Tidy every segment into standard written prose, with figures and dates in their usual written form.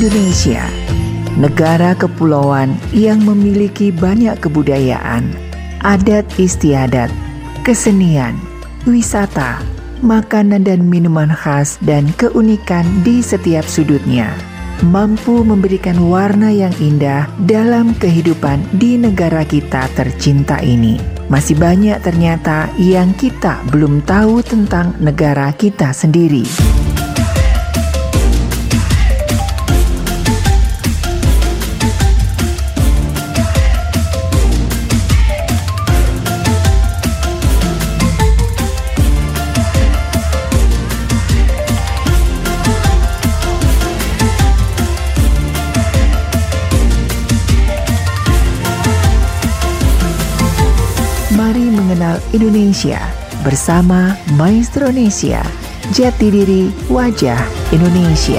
Indonesia, negara kepulauan yang memiliki banyak kebudayaan, adat istiadat, kesenian, wisata, makanan dan minuman khas dan keunikan di setiap sudutnya, mampu memberikan warna yang indah dalam kehidupan di negara kita tercinta ini. Masih banyak ternyata yang kita belum tahu tentang negara kita sendiri. Mari mengenal Indonesia bersama Maestronesia, jati diri wajah Indonesia.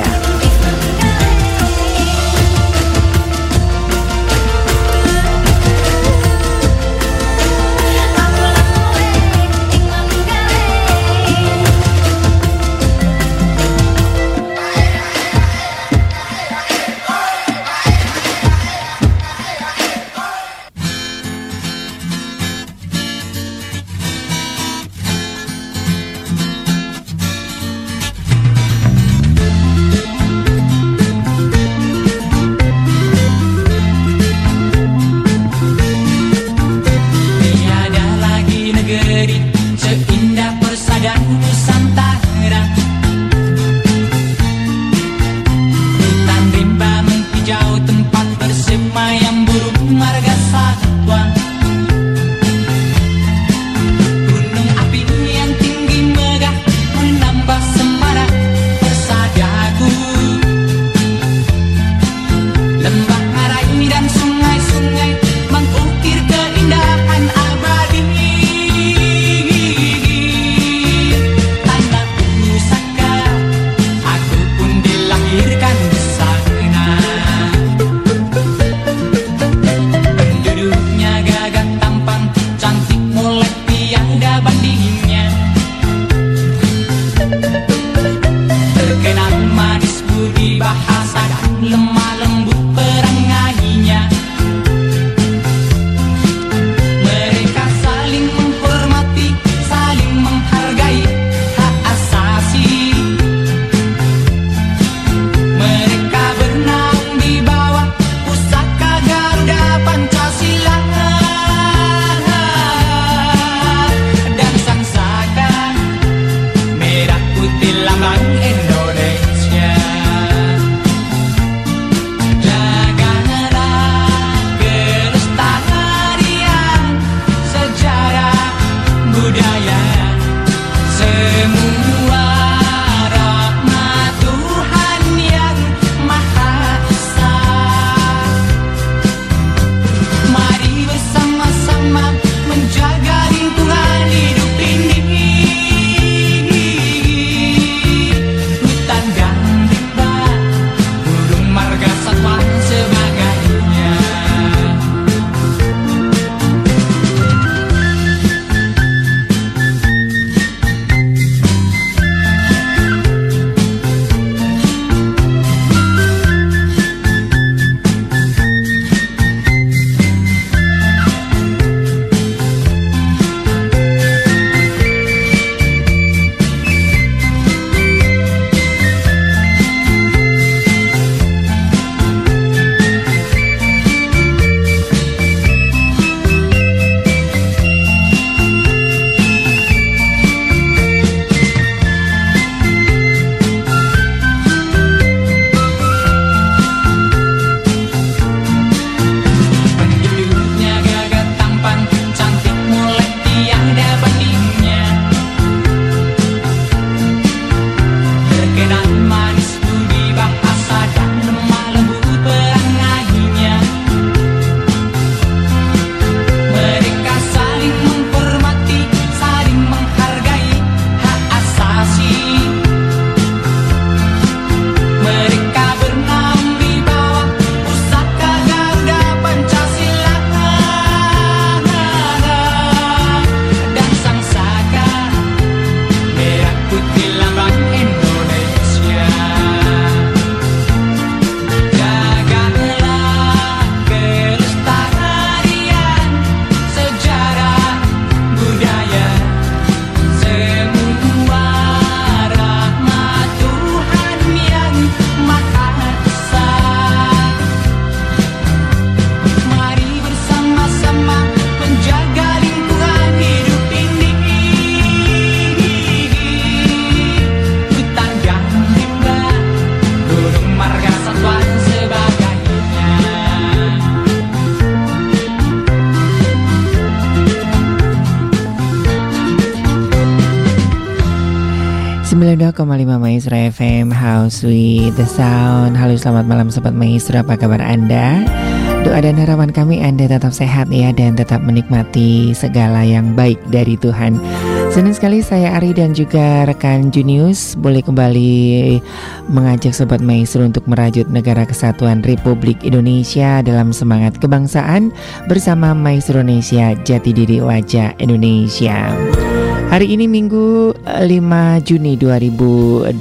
92,5 Maestro FM, How Sweet the Sound. Halo, selamat malam Sobat Maestro, apa kabar Anda? Doa dan harapan kami Anda tetap sehat ya, dan tetap menikmati segala yang baik dari Tuhan. Senang sekali saya Ari dan juga rekan Junius boleh kembali mengajak Sobat Maestro untuk merajut negara kesatuan Republik Indonesia dalam semangat kebangsaan bersama Maestro Indonesia, jati diri wajah Indonesia. Hari ini Minggu 5 Juni 2022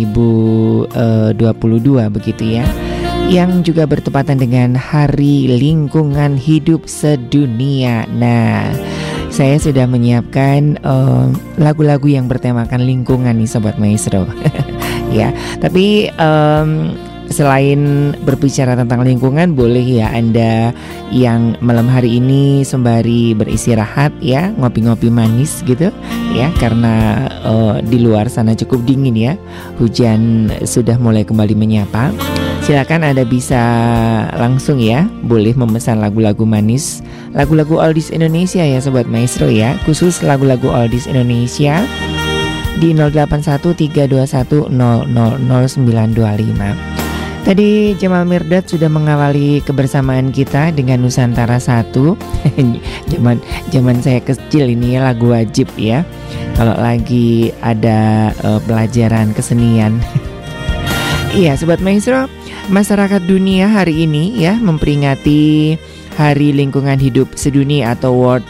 begitu ya, yang juga bertepatan dengan Hari Lingkungan Hidup Sedunia. Nah, saya sudah menyiapkan lagu-lagu yang bertemakan lingkungan nih Sobat Maestro. Ya, tapi selain berbicara tentang lingkungan, boleh ya Anda yang malam hari ini sembari beristirahat ya, ngopi-ngopi manis gitu ya, karena di luar sana cukup dingin ya, hujan sudah mulai kembali menyapa. Silakan Anda bisa langsung ya, boleh memesan lagu-lagu manis, lagu-lagu oldies Indonesia ya Sobat Maestro ya, khusus lagu-lagu oldies Indonesia di 081321000925. Tadi Jamal Mirdad sudah mengawali kebersamaan kita dengan Nusantara 1. Zaman saya kecil ini ya, lagu wajib ya kalau lagi ada pelajaran kesenian. Iya Sobat Maestro, masyarakat dunia hari ini ya memperingati Hari Lingkungan Hidup Sedunia atau World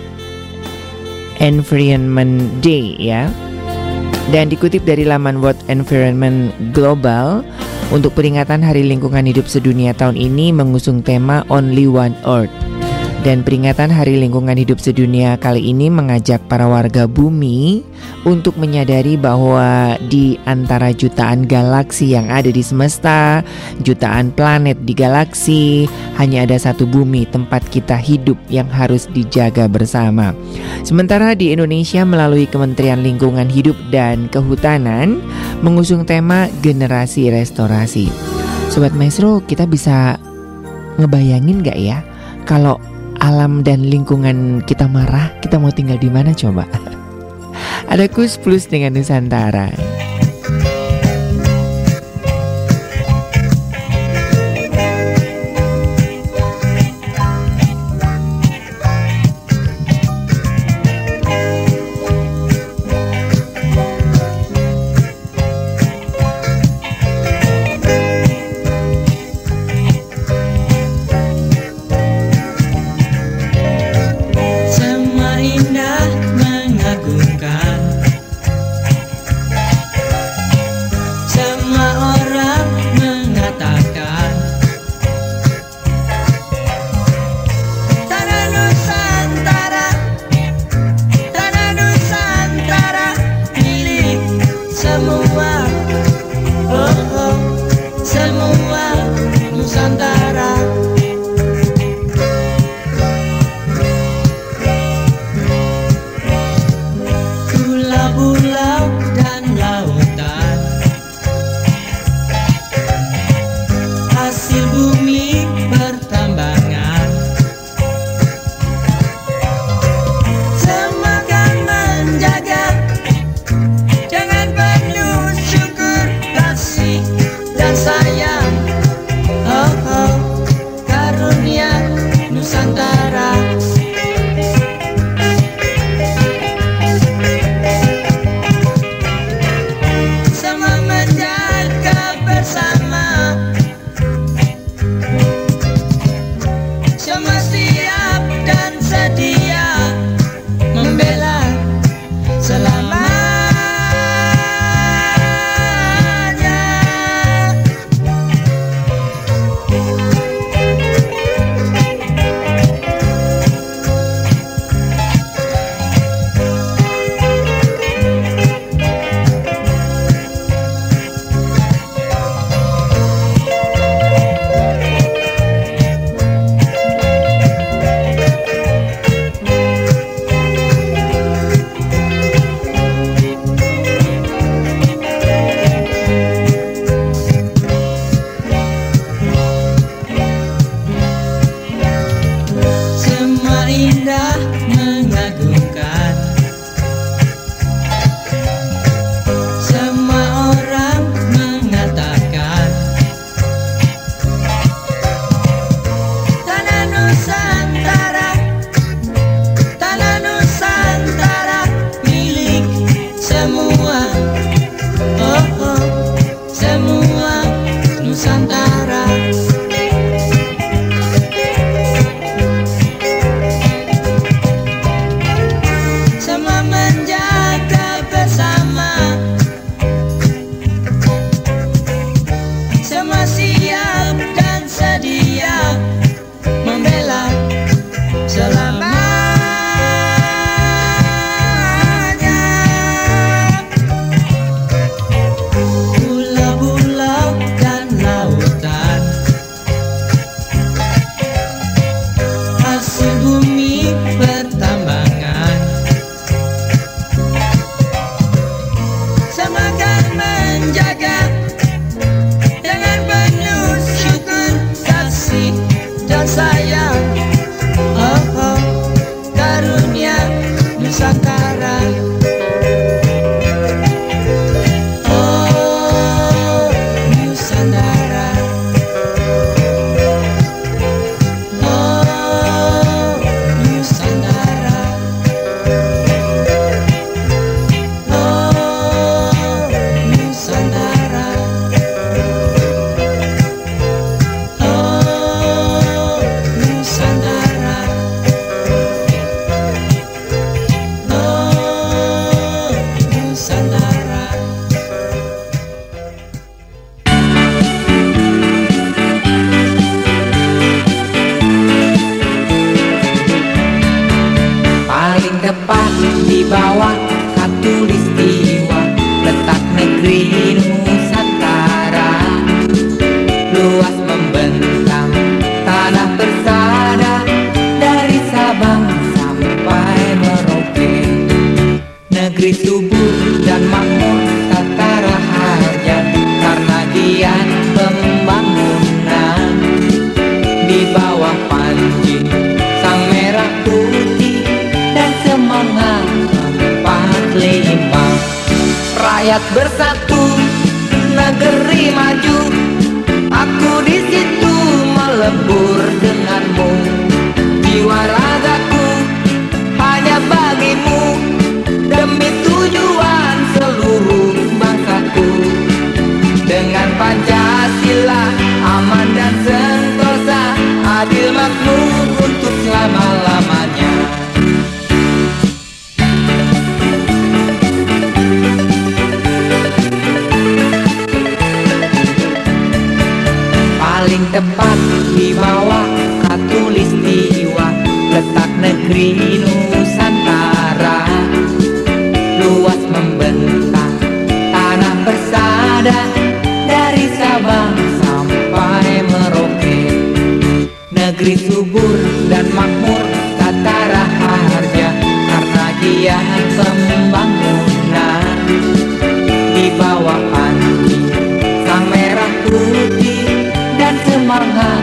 Environment Day ya. Dan dikutip dari laman World Environment Global, untuk peringatan Hari Lingkungan Hidup Sedunia tahun ini mengusung tema Only One Earth. Dan peringatan Hari Lingkungan Hidup Sedunia kali ini mengajak para warga bumi untuk menyadari bahwa di antara jutaan galaksi yang ada di semesta, jutaan planet di galaksi, hanya ada satu bumi tempat kita hidup yang harus dijaga bersama. Sementara di Indonesia melalui Kementerian Lingkungan Hidup dan Kehutanan mengusung tema Generasi Restorasi. Sobat Maestro, kita bisa ngebayangin gak ya kalau alam dan lingkungan kita marah, kita mau tinggal di mana coba? Ada Kus Plus dengan Nusantara. tepat di bawah khatulistiwa, letak negeri Nusantara. Luas membentang tanah persada, dari Sabang sampai Merauke. Negeri subur dan makmur tata raharja, karena giat pembangunan. Di bawah panji sang merah putih dan semangat 45, rakyat bersatu, negeri maju. Aku di situ melebur denganmu, jiwa ragaku hanya bagimu, demi tujuan seluruh bangsaku. Dengan Pancasila aman dan sentosa, adil makmur untuk selama-lamanya. Paling tepat di bawah khatulistiwa, letak negeri Nusantara. Luas membentang tanah persada, dari Sabang sampai Merauke. Negeri subur dan makmur tata raharja, karena giat pembangunan. Di bawah panji sang merah putih dan semangat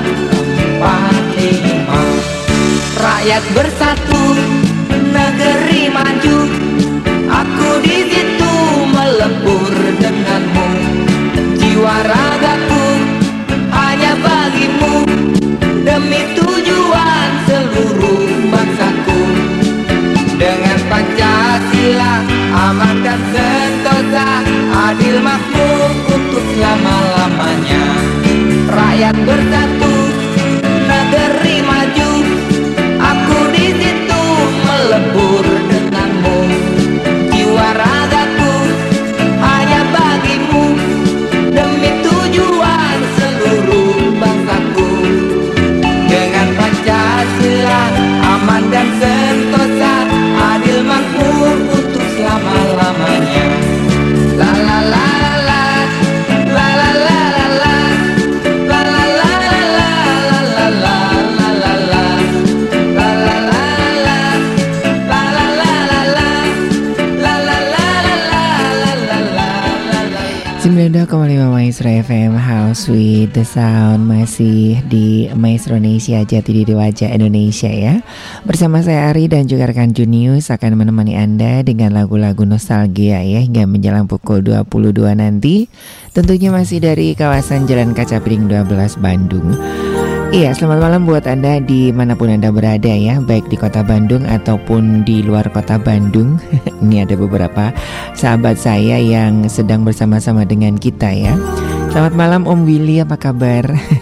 45, rakyat bersatu, negeri maju. Aku di situ melebur denganmu, jiwa ragaku hanya bagimu, demi tujuan seluruh bangsaku. Dengan Pancasila aman dan sentosa, adil makmur untuk selama-lamanya. Rakyat bersatu, negeri maju. Aku di situ melebur denganmu, jiwa ragaku hanya bagimu, demi tujuan seluruh bangsaku. Dengan Pancasila aman dan sentosa, adil makmur untuk selama-lamanya. La la la la, la la la la la, la la la la la la la la la la, la la la la, la la la la la, la la la la la la. 92,5 Maestro FM, House with the Sound. Masih di Maestro Indonesia, Jati Diri Wajah Indonesia ya. Bersama saya Ari dan juga rekan Junius akan menemani Anda dengan lagu-lagu nostalgia ya, hingga menjelang pukul 22 nanti. Tentunya masih dari kawasan Jalan Kaca Piring 12 Bandung. Iya, selamat malam buat Anda dimanapun Anda berada ya, baik di kota Bandung ataupun di luar kota Bandung. Ini ada beberapa sahabat saya yang sedang bersama-sama dengan kita ya. Selamat malam Om Willy, apa kabar?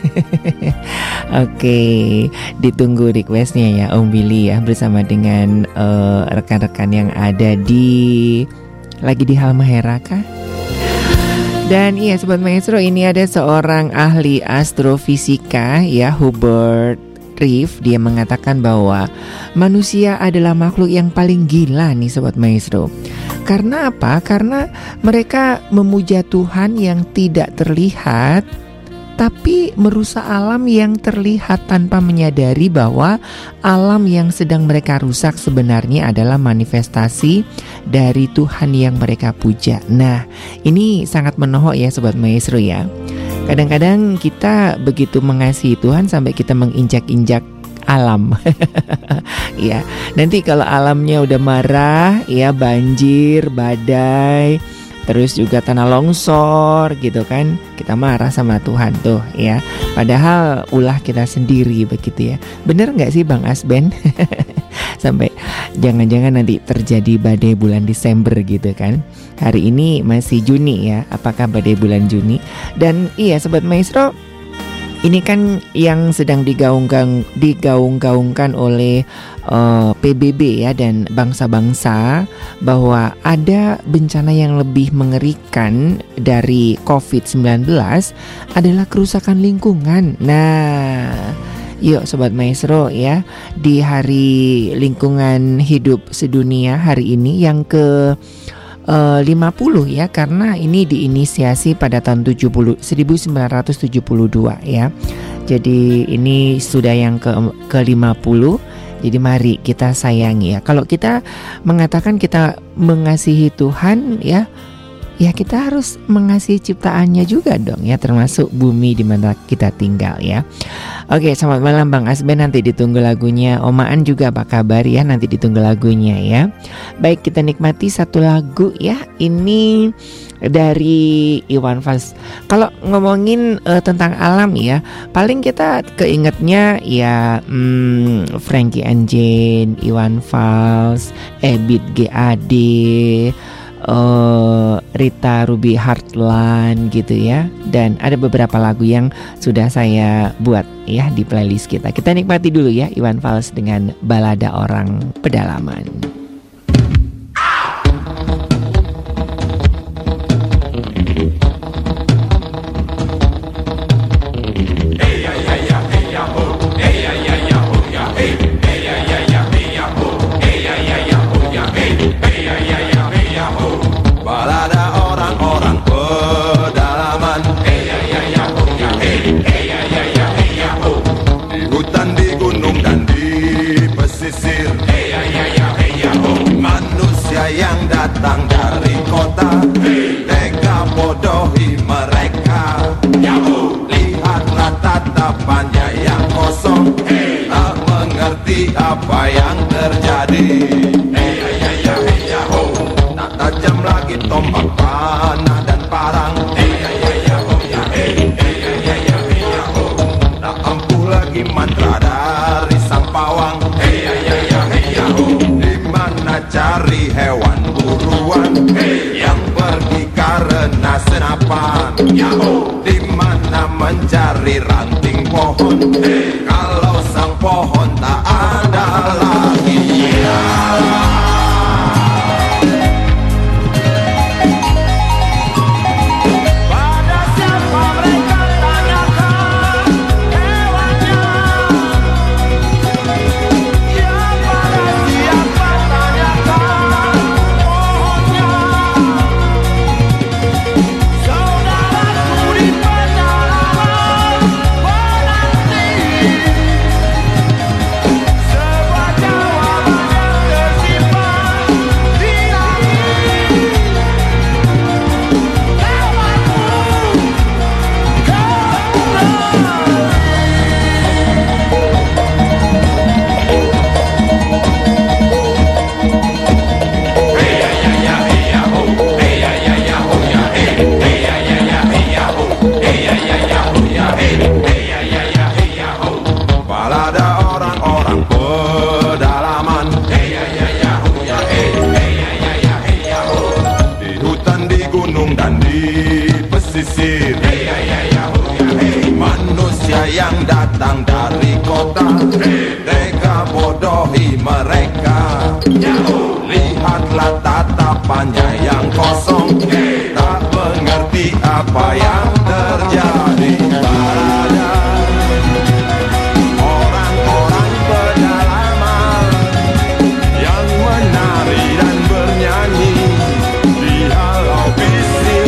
Oke, ditunggu requestnya ya Om Willy ya, bersama dengan rekan-rekan yang ada lagi di Halmahera kah? Dan iya Sobat Maestro, ini ada seorang ahli astrofisika ya, Hubert Reeve. Dia mengatakan bahwa manusia adalah makhluk yang paling gila nih Sobat Maestro. Karena apa? Karena mereka memuja Tuhan yang tidak terlihat, tapi merusak alam yang terlihat tanpa menyadari bahwa alam yang sedang mereka rusak sebenarnya adalah manifestasi dari Tuhan yang mereka puja. Nah, ini sangat menohok ya Sobat Maestro ya. Kadang-kadang kita begitu mengasihi Tuhan sampai kita menginjak-injak alam. Ya, nanti kalau alamnya udah marah ya, banjir, badai, terus juga tanah longsor gitu kan, kita marah sama Tuhan tuh ya. Padahal ulah kita sendiri begitu ya. Bener gak sih Bang Asben? Sampai jangan-jangan nanti terjadi badai bulan Desember gitu kan. Hari ini masih Juni ya, apakah badai bulan Juni? Dan iya Sobat Maestro, ini kan yang sedang digaung-gaungkan oleh PBB ya dan bangsa-bangsa, bahwa ada bencana yang lebih mengerikan dari COVID-19 adalah kerusakan lingkungan. Nah, Yuk Sobat Maestro ya, di hari lingkungan hidup sedunia hari ini yang ke 50 ya, karena ini diinisiasi pada tahun 1972 ya. Jadi ini sudah yang ke 50. Jadi mari kita sayangi ya. Kalau kita mengatakan kita mengasihi Tuhan ya, ya kita harus mengasihi ciptaannya juga dong ya, termasuk bumi di mana kita tinggal ya. Oke, selamat malam Bang Asben, nanti ditunggu lagunya. Omaan juga apa kabar ya, nanti ditunggu lagunya ya. Baik, kita nikmati satu lagu ya. Ini dari Iwan Fals. Kalau ngomongin tentang alam ya, paling kita keingetnya ya Frankie and Jane, Iwan Fals, Ebit GAD, Rita Ruby Heartland gitu ya. Dan ada beberapa lagu yang sudah saya buat ya di playlist kita. Kita nikmati dulu ya Iwan Fals dengan Balada Orang Pedalaman. Yang datang dari kota, tega bodohi mereka. Lihatlah tatapannya yang kosong, tak mengerti apa yang terjadi. Tak tajam lagi tombak panah dan parang, tak ampuh lagi mantra dari sang pawang. Cari hewan buruan yang pergi karena senapan. Di mana mencari ranting pohon kalau sang pohon tak ada lagi. Manusia yang datang dari kota, tega bodohi mereka. Lihatlah tatapannya yang kosong, tak mengerti apa yang terjadi. Orang-orang pedalaman yang menari dan bernyanyi di halau bising.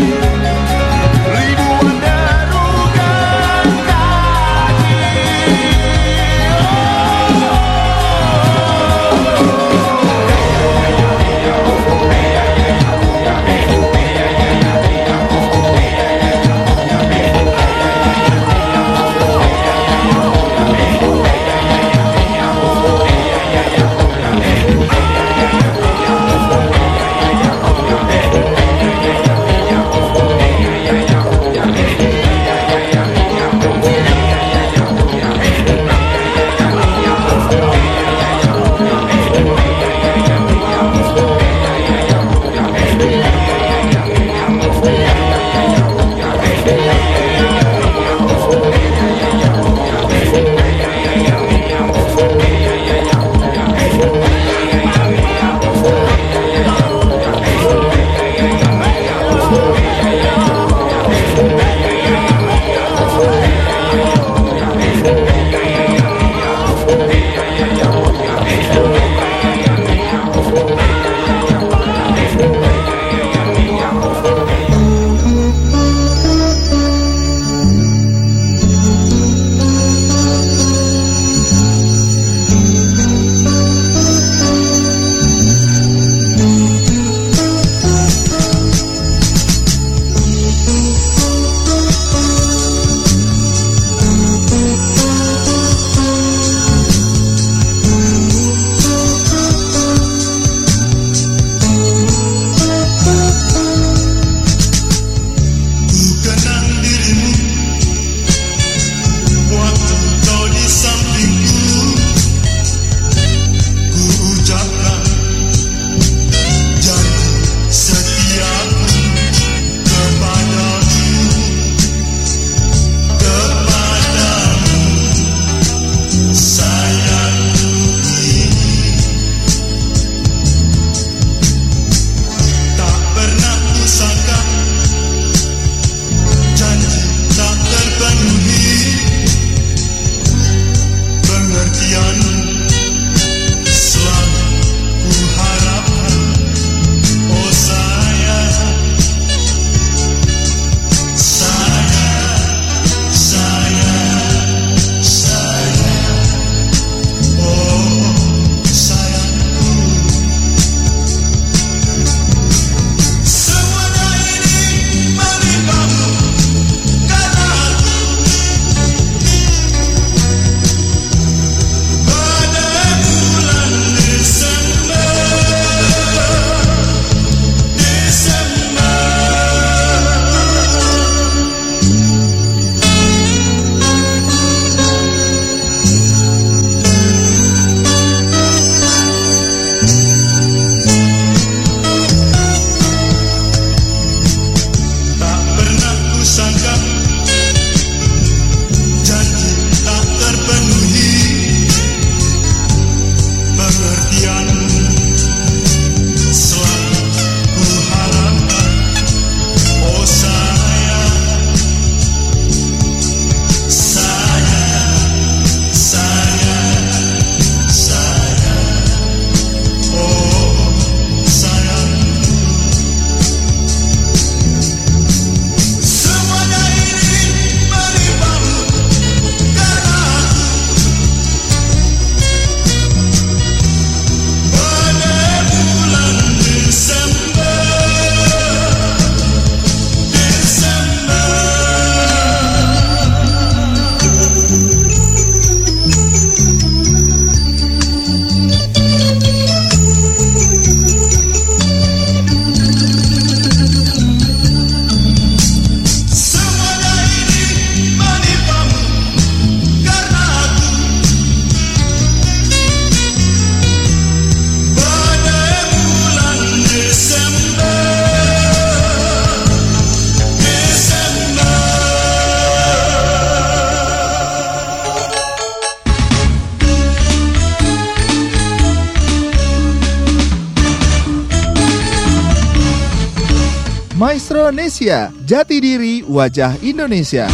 Maestro Nesia, jati diri wajah Indonesia.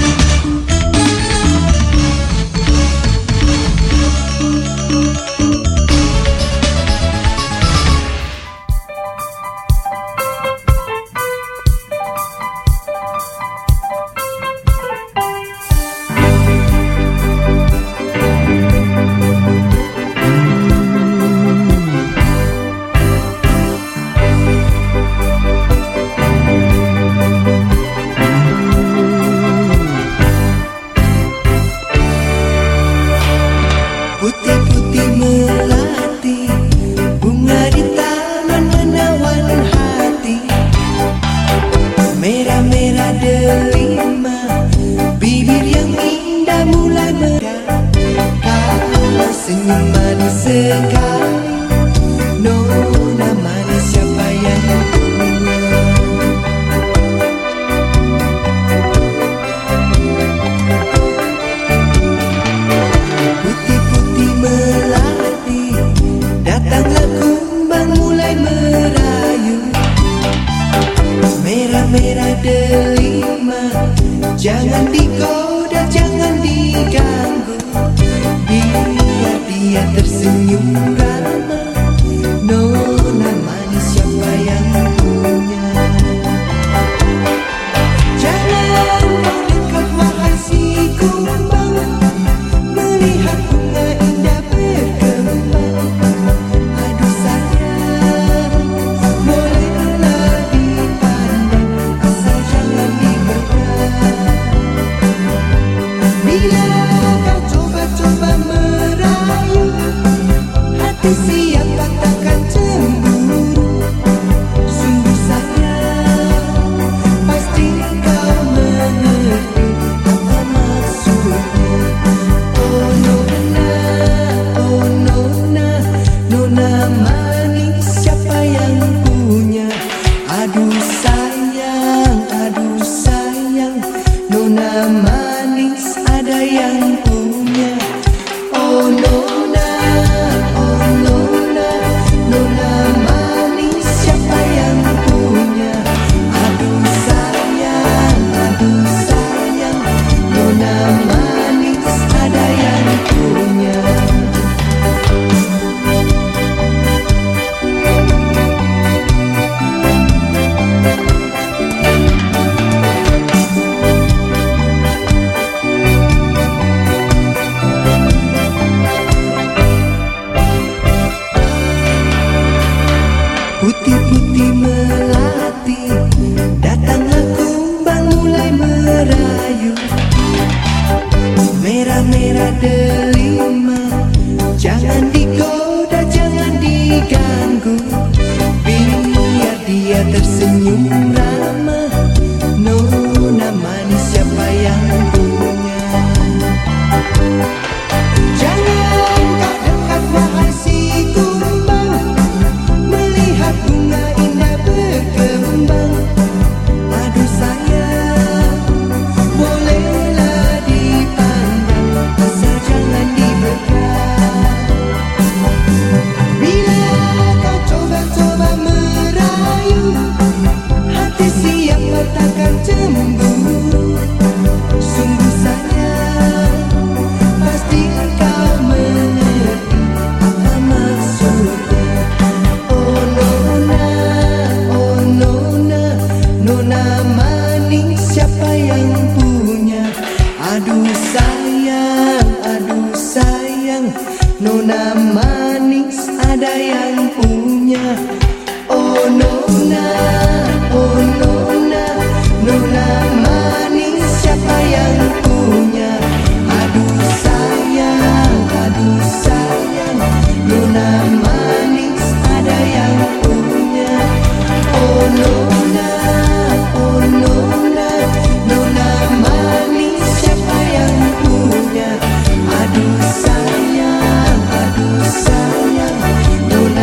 Sayang,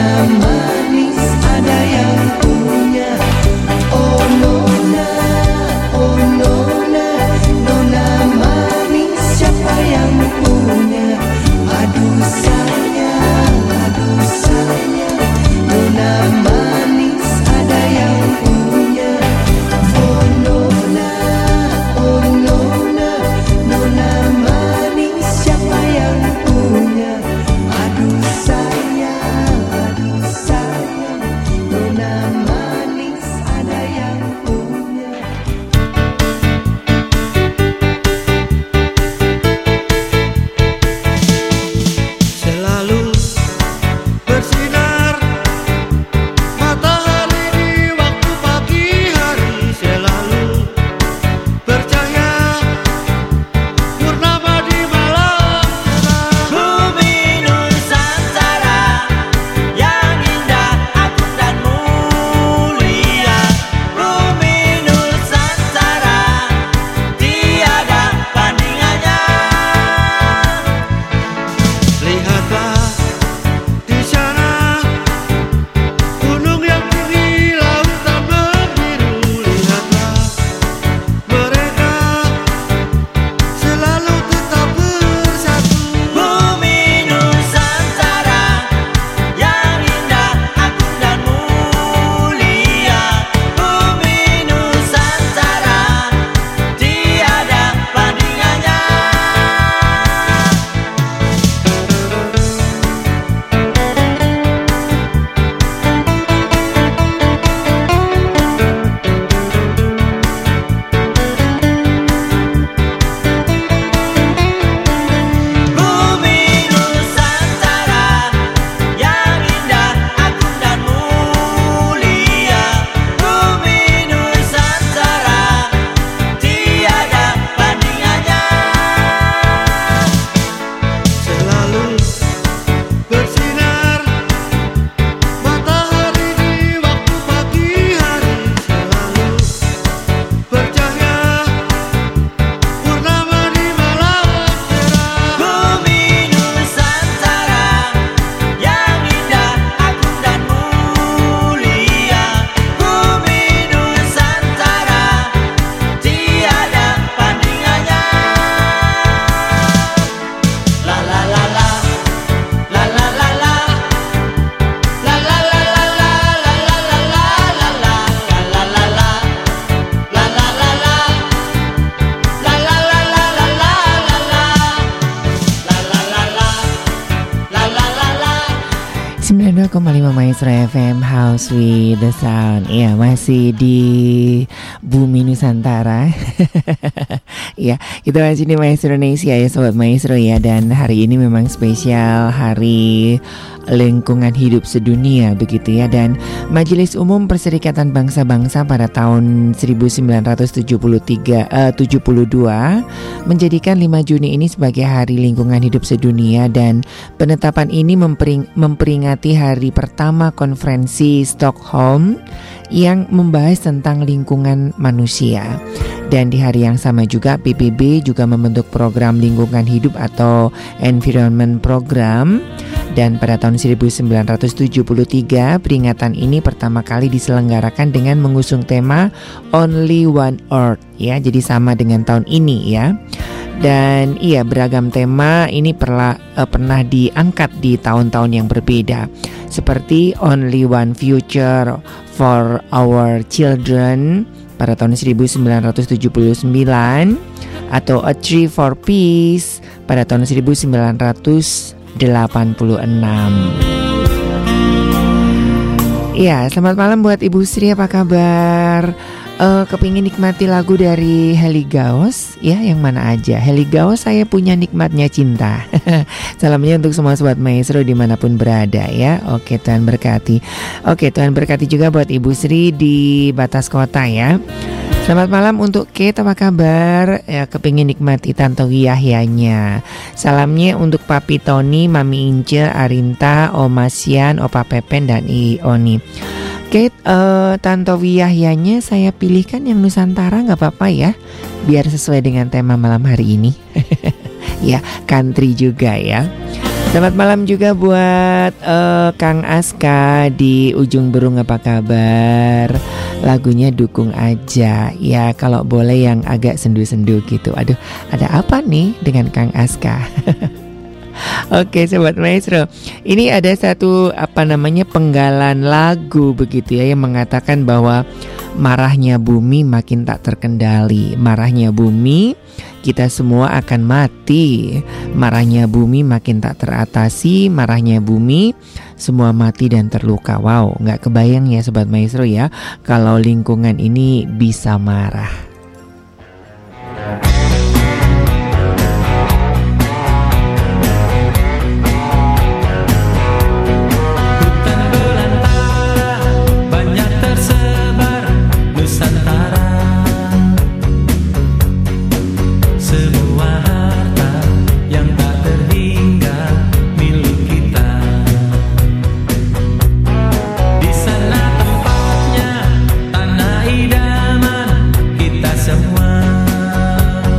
92,5 Maestro FM House with the Sound. Ya, masih di Bumi Nusantara. Ya, kita masih di Maestro Indonesia ya Sobat Maestro ya. Dan hari ini memang spesial Hari Lingkungan Hidup Sedunia begitu ya. Dan Majelis Umum Perserikatan Bangsa-Bangsa pada tahun 1972 menjadikan 5 Juni ini sebagai Hari Lingkungan Hidup Sedunia. Dan penetapan ini memperingati hari pertama konferensi Stockholm yang membahas tentang lingkungan manusia. Dan di hari yang sama juga PBB juga membentuk program lingkungan hidup atau Environment Program. Dan pada tahun 1973 peringatan ini pertama kali diselenggarakan dengan mengusung tema Only One Earth ya. Jadi sama dengan tahun ini ya. Dan iya, beragam tema ini pernah diangkat di tahun-tahun yang berbeda, seperti Only One Future for Our Children pada tahun 1979 atau A Tree for Peace pada tahun 1986. Ya, selamat malam buat Ibu Sri, apa kabar? Kepingin nikmati lagu dari Heli Gaos ya, yang mana aja? Heli Gaos, Saya Punya Nikmatnya Cinta. Salamnya untuk semua sobat maestro dimanapun berada ya. Oke, Tuhan berkati. Oke, Tuhan berkati juga buat Ibu Sri di batas kota ya. Selamat malam untuk Kate, apa kabar? Ya, kepingin nikmati Tantowi Yahyanya. Salamnya untuk Papi Tony, Mami Ince, Arinta, Oma Sian, Opa Pepen, dan Ioni. Kate, Tantowi Yahyanya saya pilihkan yang Nusantara gak apa-apa ya, biar sesuai dengan tema malam hari ini. Ya, country juga ya. Selamat malam juga buat Kang Aska di Ujung Berung, apa kabar? Lagunya dukung aja ya, kalau boleh yang agak sendu-sendu gitu. Aduh, ada apa nih dengan Kang Aska? Oke Sobat Maestro, ini ada satu penggalan lagu begitu ya, yang mengatakan bahwa marahnya bumi makin tak terkendali. Marahnya bumi, kita semua akan mati. Marahnya bumi makin tak teratasi. Marahnya bumi, semua mati dan terluka. Wow, gak kebayang ya Sobat Maestro ya, kalau lingkungan ini bisa marah. Tanah idaman kita semua.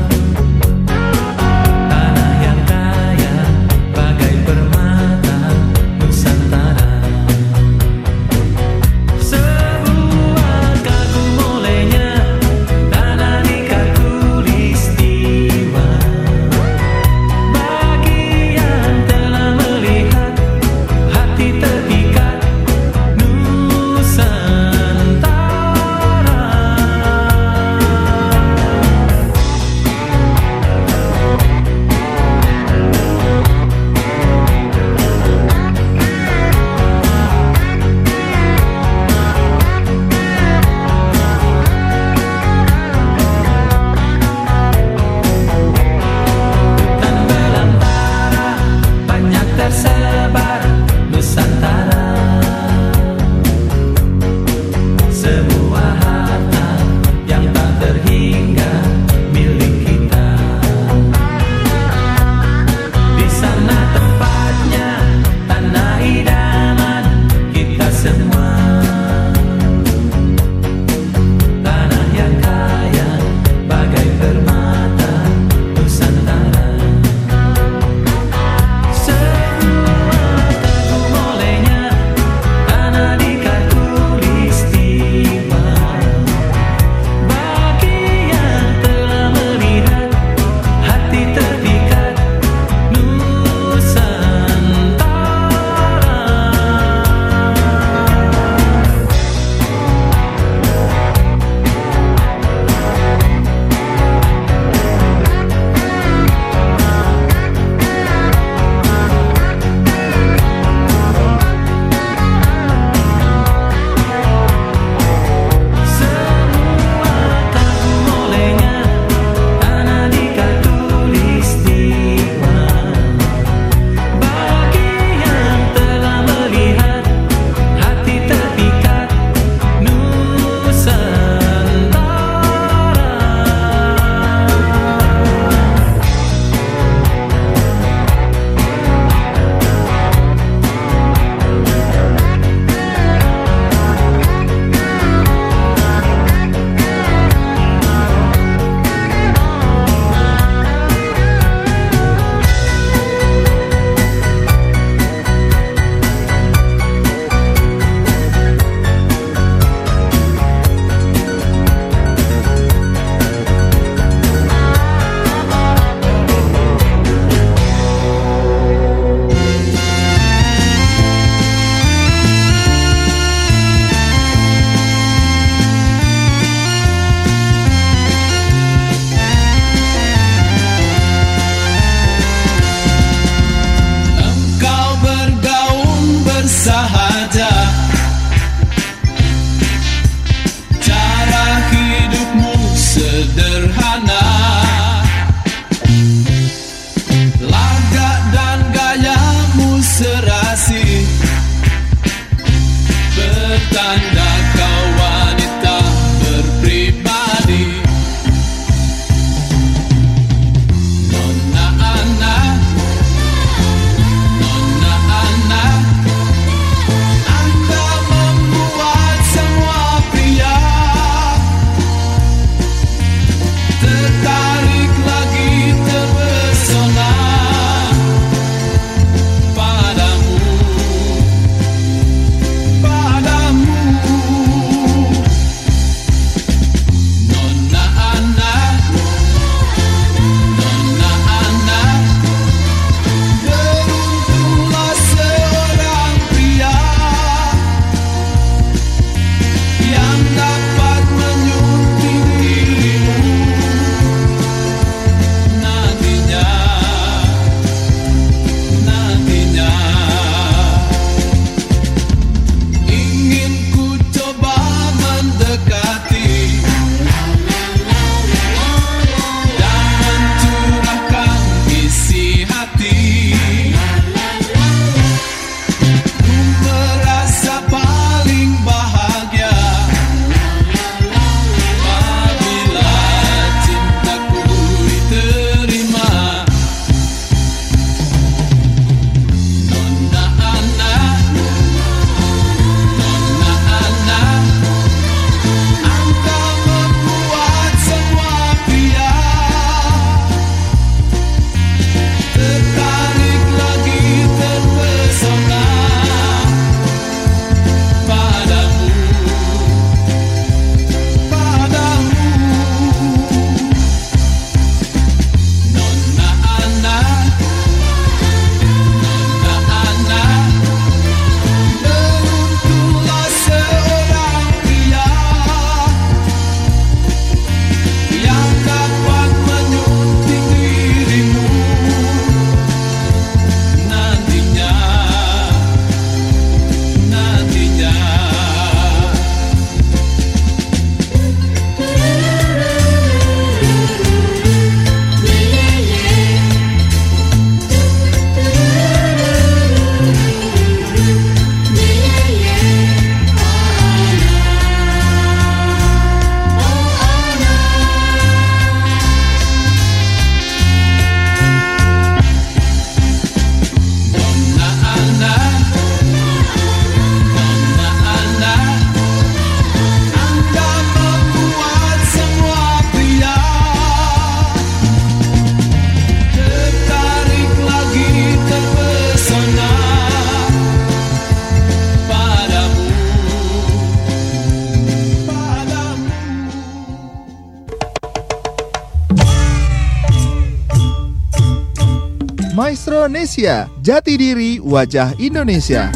Maestronesia, jati diri wajah Indonesia.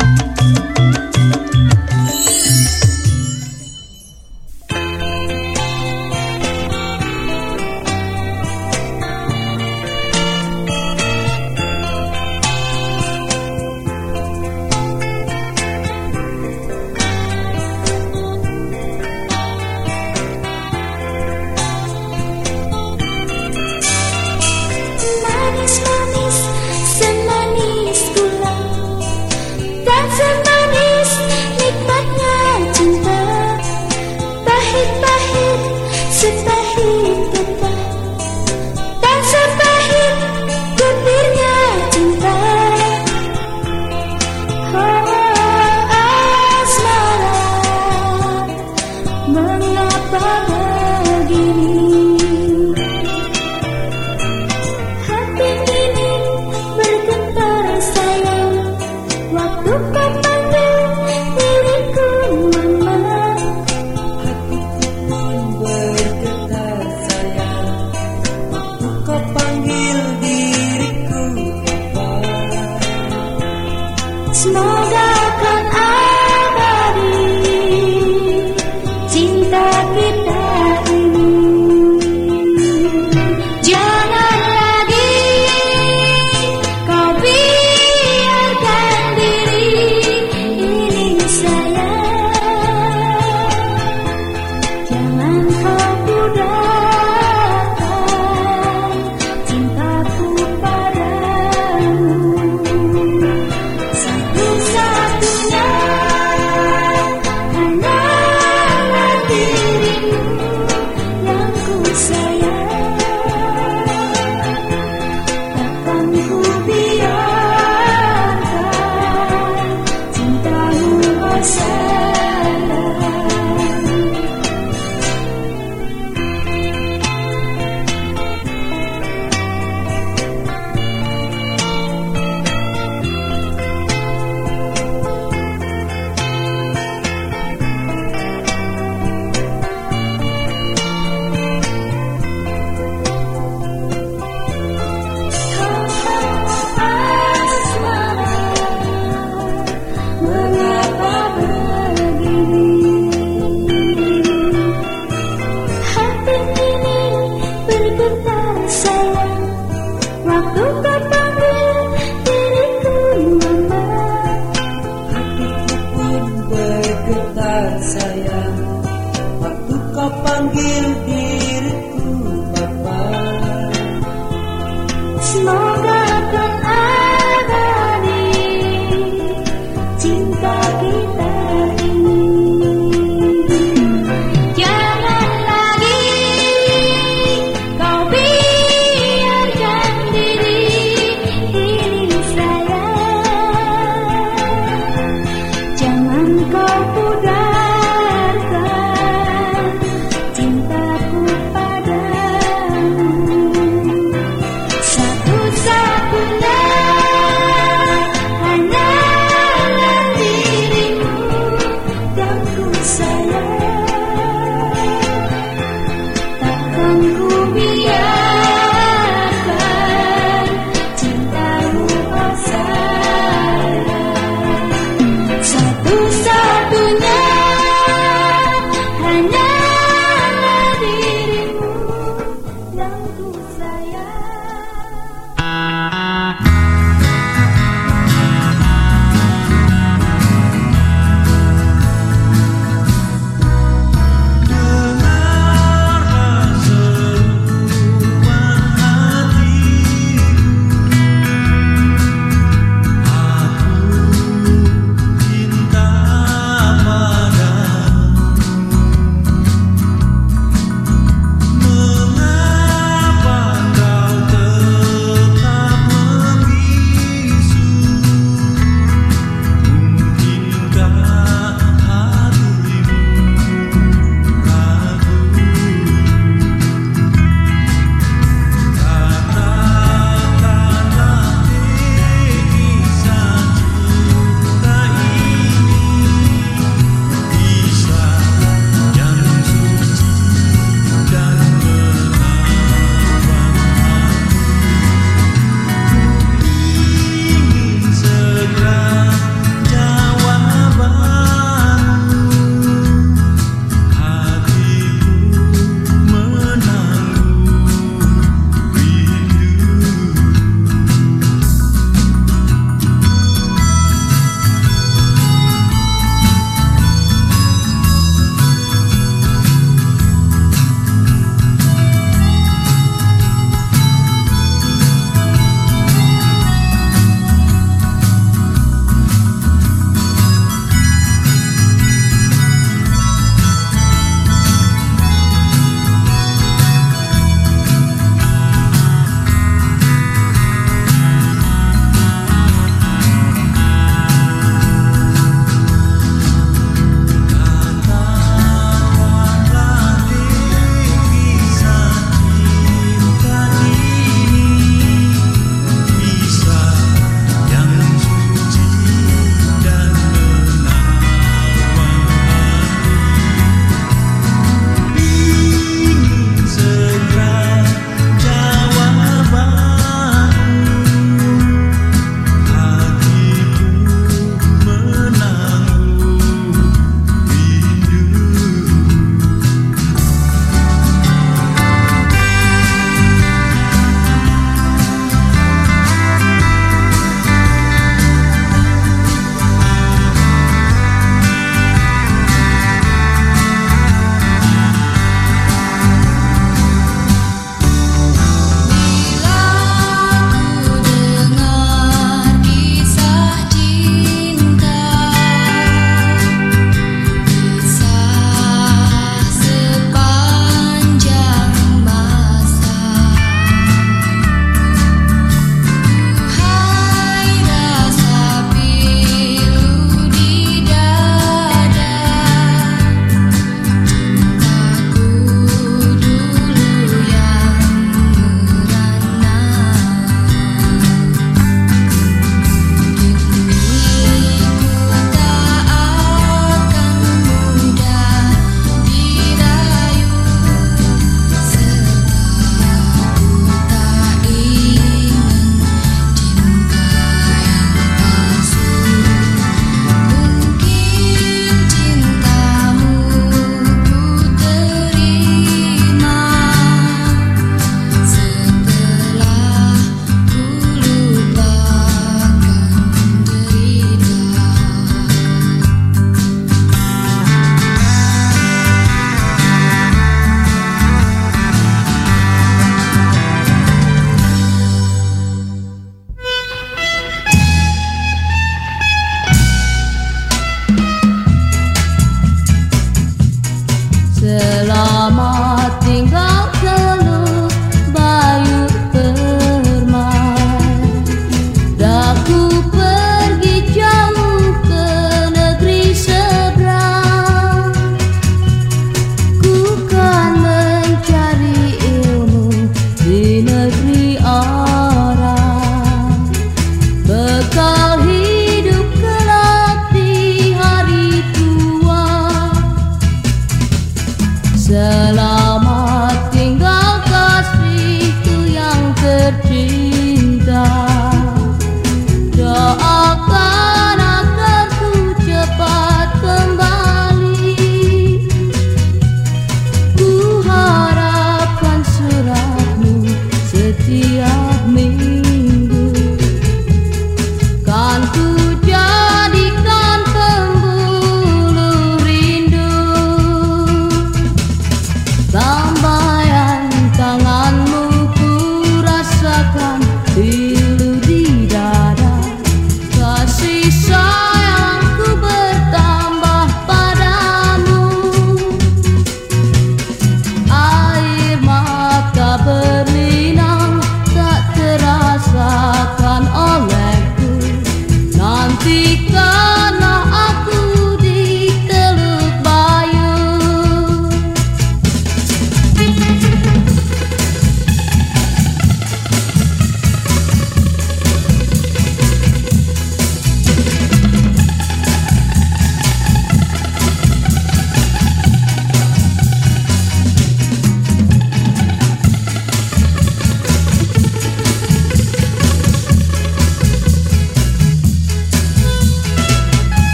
Manis-manis, semanis gula, dan semanis nikmatnya cinta. Pahit-pahit, sepahit getah, dan sepahit getirnya cinta. Oh asmara, mengapa begini? Hati ini bergetar sayang, waktu kau panggil diriku mama. Hatiku pun bergetar sayang, waktu kau panggil diriku papa. Semoga akan abadi cinta kita ini. Jangan lagi kau biarkan diri ini sayang. Jangan kau pudarkan cintaku padamu. Satu-satunya hanyalah dirimu yang ku sayang. Takkan ku biarkan cintamu bersandar. Mengapa begini? Hati ini bergetar sayang, waktu kau panggil diriku mama. Hatiku pun bergetar sayang, waktu kau panggil diriku papa. Semoga akan abadi cinta kita ini. Jangan lagi kau biarkan diri ini sayang. Jangan kau pudarkan cintaku padamu. Satu-satunya hanyalah dirimu yang ku sayang. Takkan ku biarkan cintamu bersandar. Satu-satunya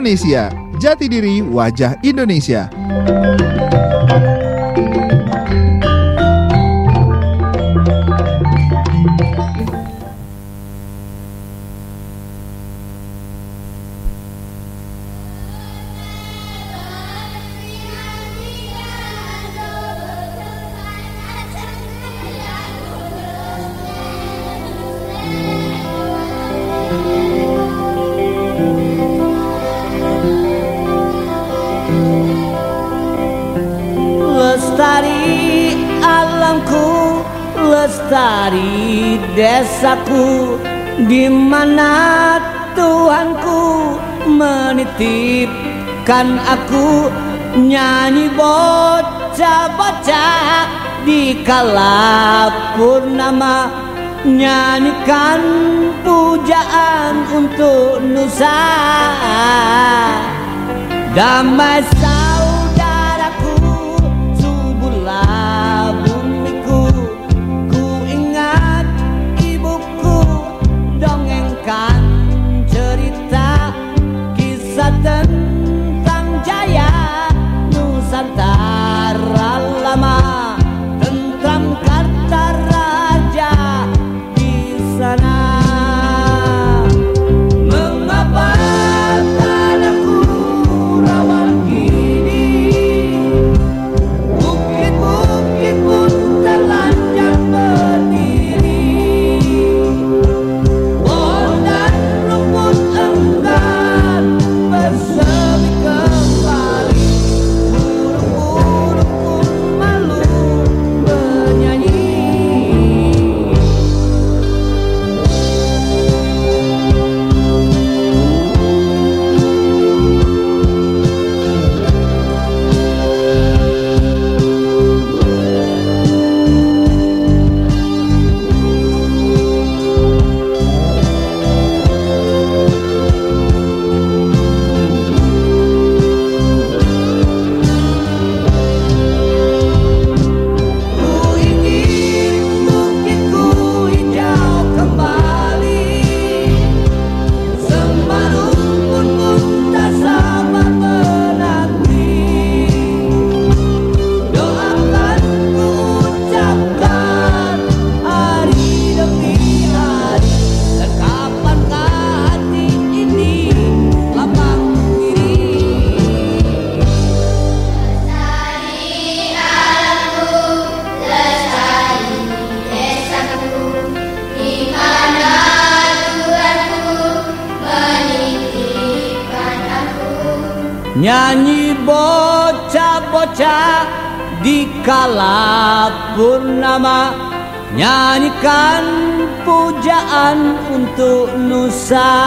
Indonesia. Jati diri wajah Indonesia. Lestari alamku, lestari desaku, di mana Tuhanku menitipkan aku. Nyanyi bocah-bocah di kala purnama, nyanyikan pujaan untuk Nusa. Damai saudaraku, suburlah bumiku, ku ingat ibuku dongengkan cerita kisah tentang jaya Nusantara lama, tentram kata raja di sana. Mengapa tanahku rawan gini, bukit-bukit pun terlanjang berdiri, pohon dan rumput enggan bersemi kembali, burung-burung pun malu bernyanyi. Ku ingin bukitku hijau kembali, Semarang pun tak sabar menanti. Doakan ku ucapkan hari demi hari, dan kapankah hati ini lapang diri. Nyanyi bocah-bocah di kala purnama, nyanyikan pujaan untuk Nusa.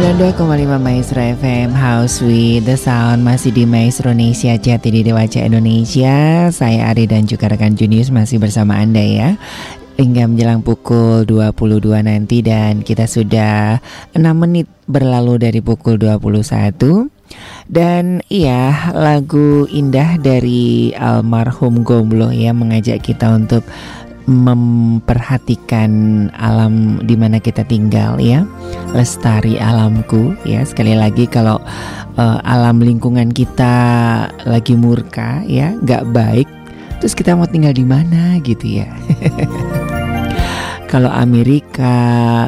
92,5 Maestro FM House with the Sound. Masih di Maestro Indonesia, Jati Diri Wajah Indonesia. Saya Ari dan juga rekan Junius masih bersama Anda ya, hingga menjelang pukul 22 nanti. Dan kita sudah 6 menit berlalu dari pukul 21. Dan iya, lagu indah dari almarhum Gombloh ya mengajak kita untuk memperhatikan alam di mana kita tinggal ya. Lestari alamku ya. Sekali lagi kalau alam lingkungan kita lagi murka ya, nggak baik, terus kita mau tinggal di mana gitu ya. Kalau Amerika,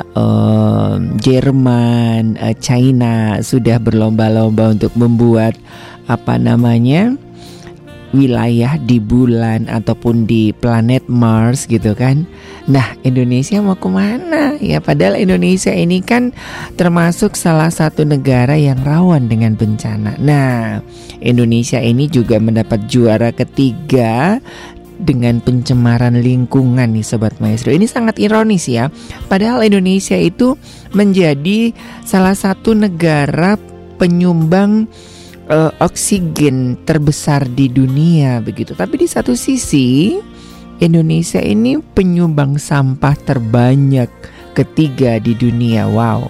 Jerman, China sudah berlomba-lomba untuk membuat wilayah di bulan ataupun di planet Mars gitu kan. Nah, Indonesia mau kemana? Ya padahal Indonesia ini kan termasuk salah satu negara yang rawan dengan bencana. Nah, Indonesia ini juga mendapat juara ketiga dengan pencemaran lingkungan nih Sobat Maestro. Ini sangat ironis ya. Padahal Indonesia itu menjadi salah satu negara penyumbang oksigen terbesar di dunia begitu. Tapi di satu sisi Indonesia ini penyumbang sampah terbanyak ketiga di dunia. Wow.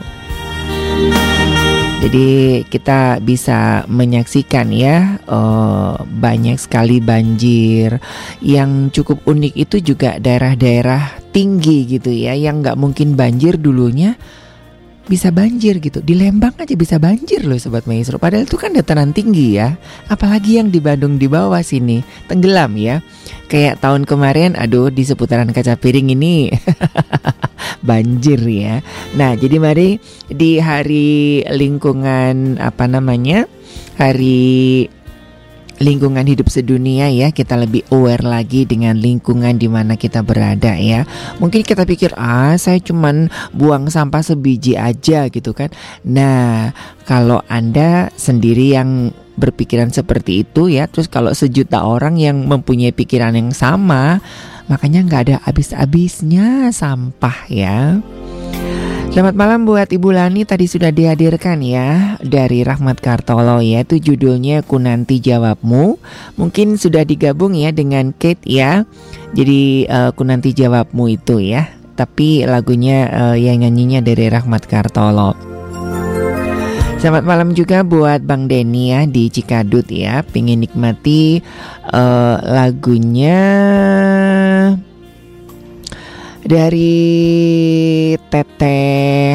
Jadi kita bisa menyaksikan ya banyak sekali banjir. Yang cukup unik itu juga daerah-daerah tinggi gitu ya, yang gak mungkin banjir dulunya bisa banjir gitu. Di Lembang aja bisa banjir loh Sobat Maestro. Padahal itu kan dataran tinggi ya. Apalagi yang di Bandung di bawah sini tenggelam ya. Kayak tahun kemarin, di seputaran Kaca Piring ini banjir ya. Nah, jadi mari di hari lingkungan Hari lingkungan hidup sedunia ya, kita lebih aware lagi dengan lingkungan di mana kita berada ya. Mungkin kita pikir saya cuman buang sampah sebiji aja gitu kan. Nah, kalau Anda sendiri yang berpikiran seperti itu ya, terus kalau sejuta orang yang mempunyai pikiran yang sama, makanya nggak ada habis-habisnya sampah ya. Selamat malam buat Ibu Lani, tadi sudah dihadirkan ya dari Rahmat Kartolo ya, itu judulnya Ku Nanti Jawabmu. Mungkin sudah digabung ya dengan Kate ya. Jadi Ku Nanti Jawabmu itu ya, tapi lagunya yang nyanyinya dari Rahmat Kartolo. Selamat malam juga buat Bang Denny ya di Cikadut ya, pengen nikmati lagunya dari Teteh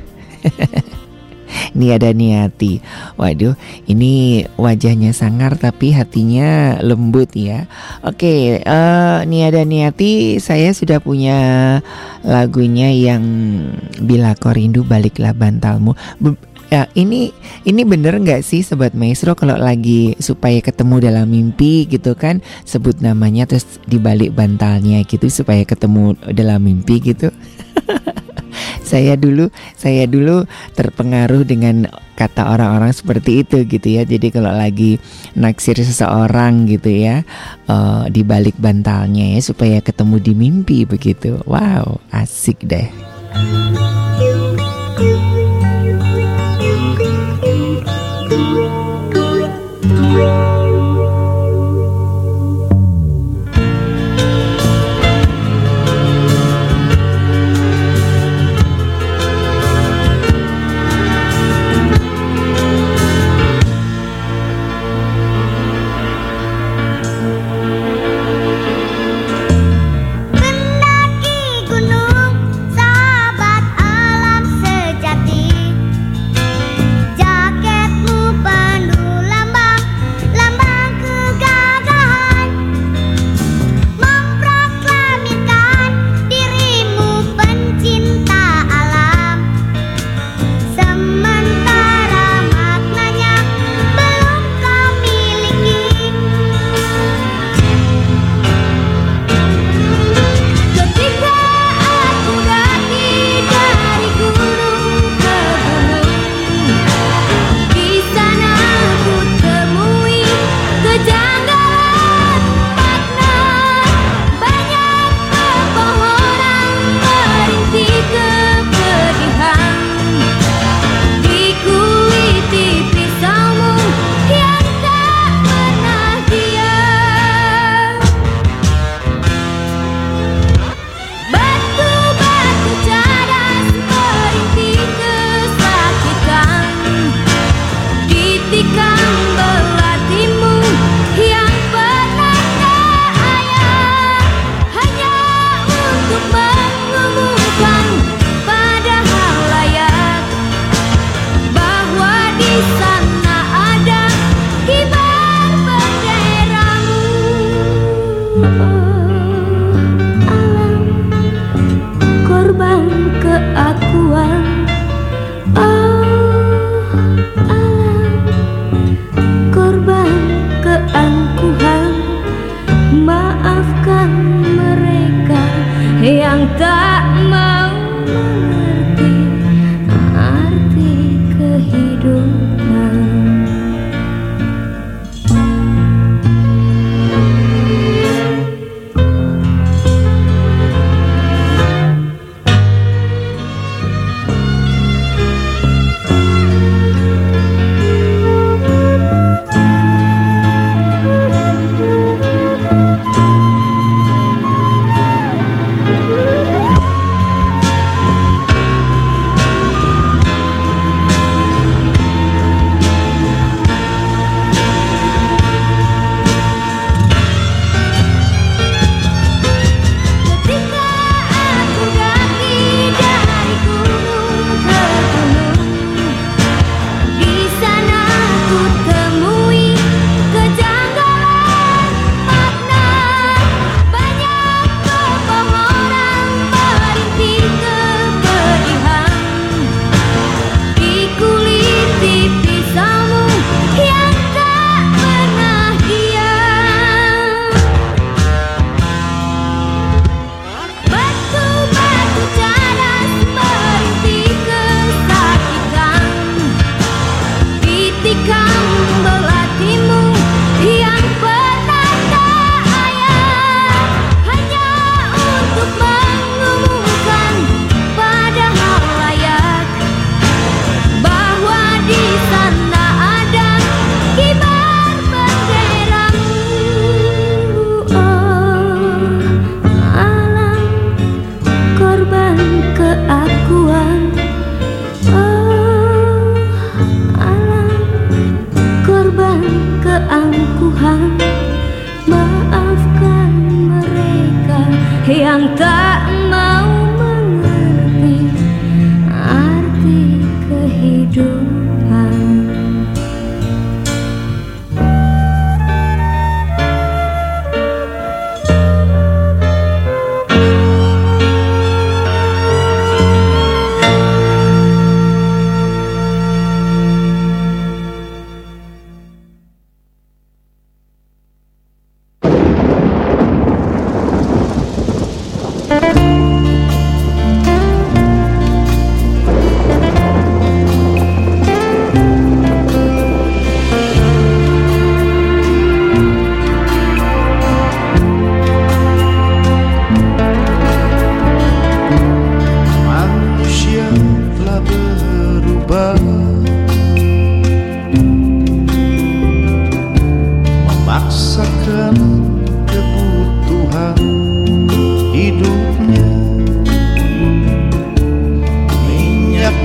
Niada Niati. Waduh, ini wajahnya sangar tapi hatinya lembut ya. Oke, Niada Niati, saya sudah punya lagunya yang Bila Kau Rindu Baliklah Bantalmu. Ya, ini bener nggak sih Sobat Maestro, kalau lagi supaya ketemu dalam mimpi gitu kan, sebut namanya terus dibalik bantalnya gitu supaya ketemu dalam mimpi gitu. Saya dulu terpengaruh dengan kata orang-orang seperti itu gitu ya. Jadi kalau lagi naksir seseorang gitu ya, dibalik bantalnya ya supaya ketemu di mimpi begitu. Wow, asik deh. Mendaki gunung, sahabat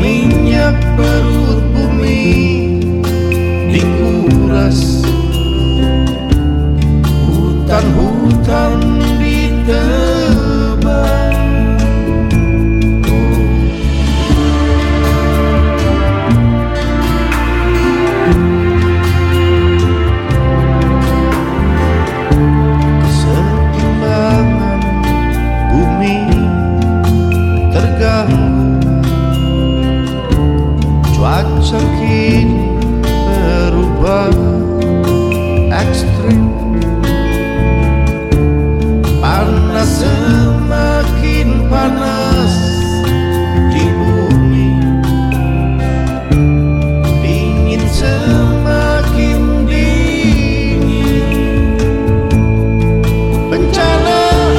minyak perut bumi dikuras, hutan-hutan ditebang. Keseimbangan bumi terganggu, cuaca kini berubah ekstrim, panas semakin panas di bumi, dingin semakin dingin. Bencana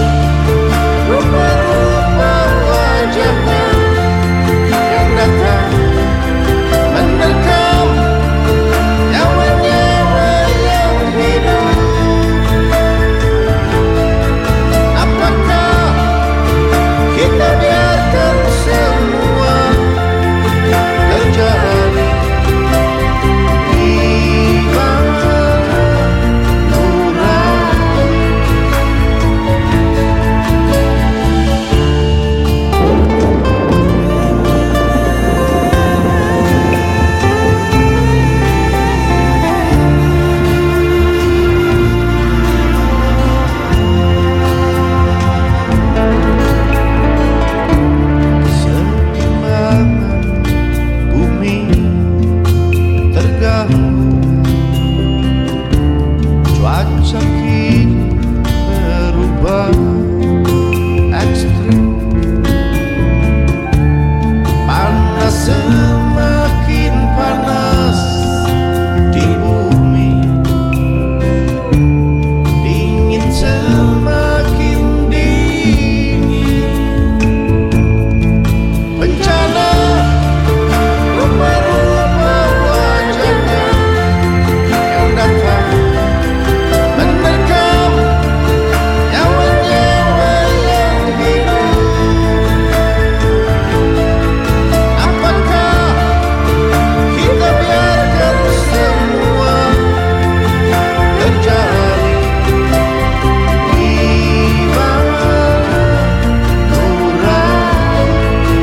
rupa-rupa wajahnya yang datang menerkam nyawa-nyawa yang hidup. Apakah kita biarkan semua terjadi? Di mana nurani? Keseimbangan bumi terganggu, cuaca kini berubah ekstrim, panas semakin panas di bumi, dingin semakin dingin. Bencana rupa-rupa wajahnya yang datang menerkam nyawa-nyawa yang hidup. Apakah kita biarkan semua terjadi? Di mana nurani?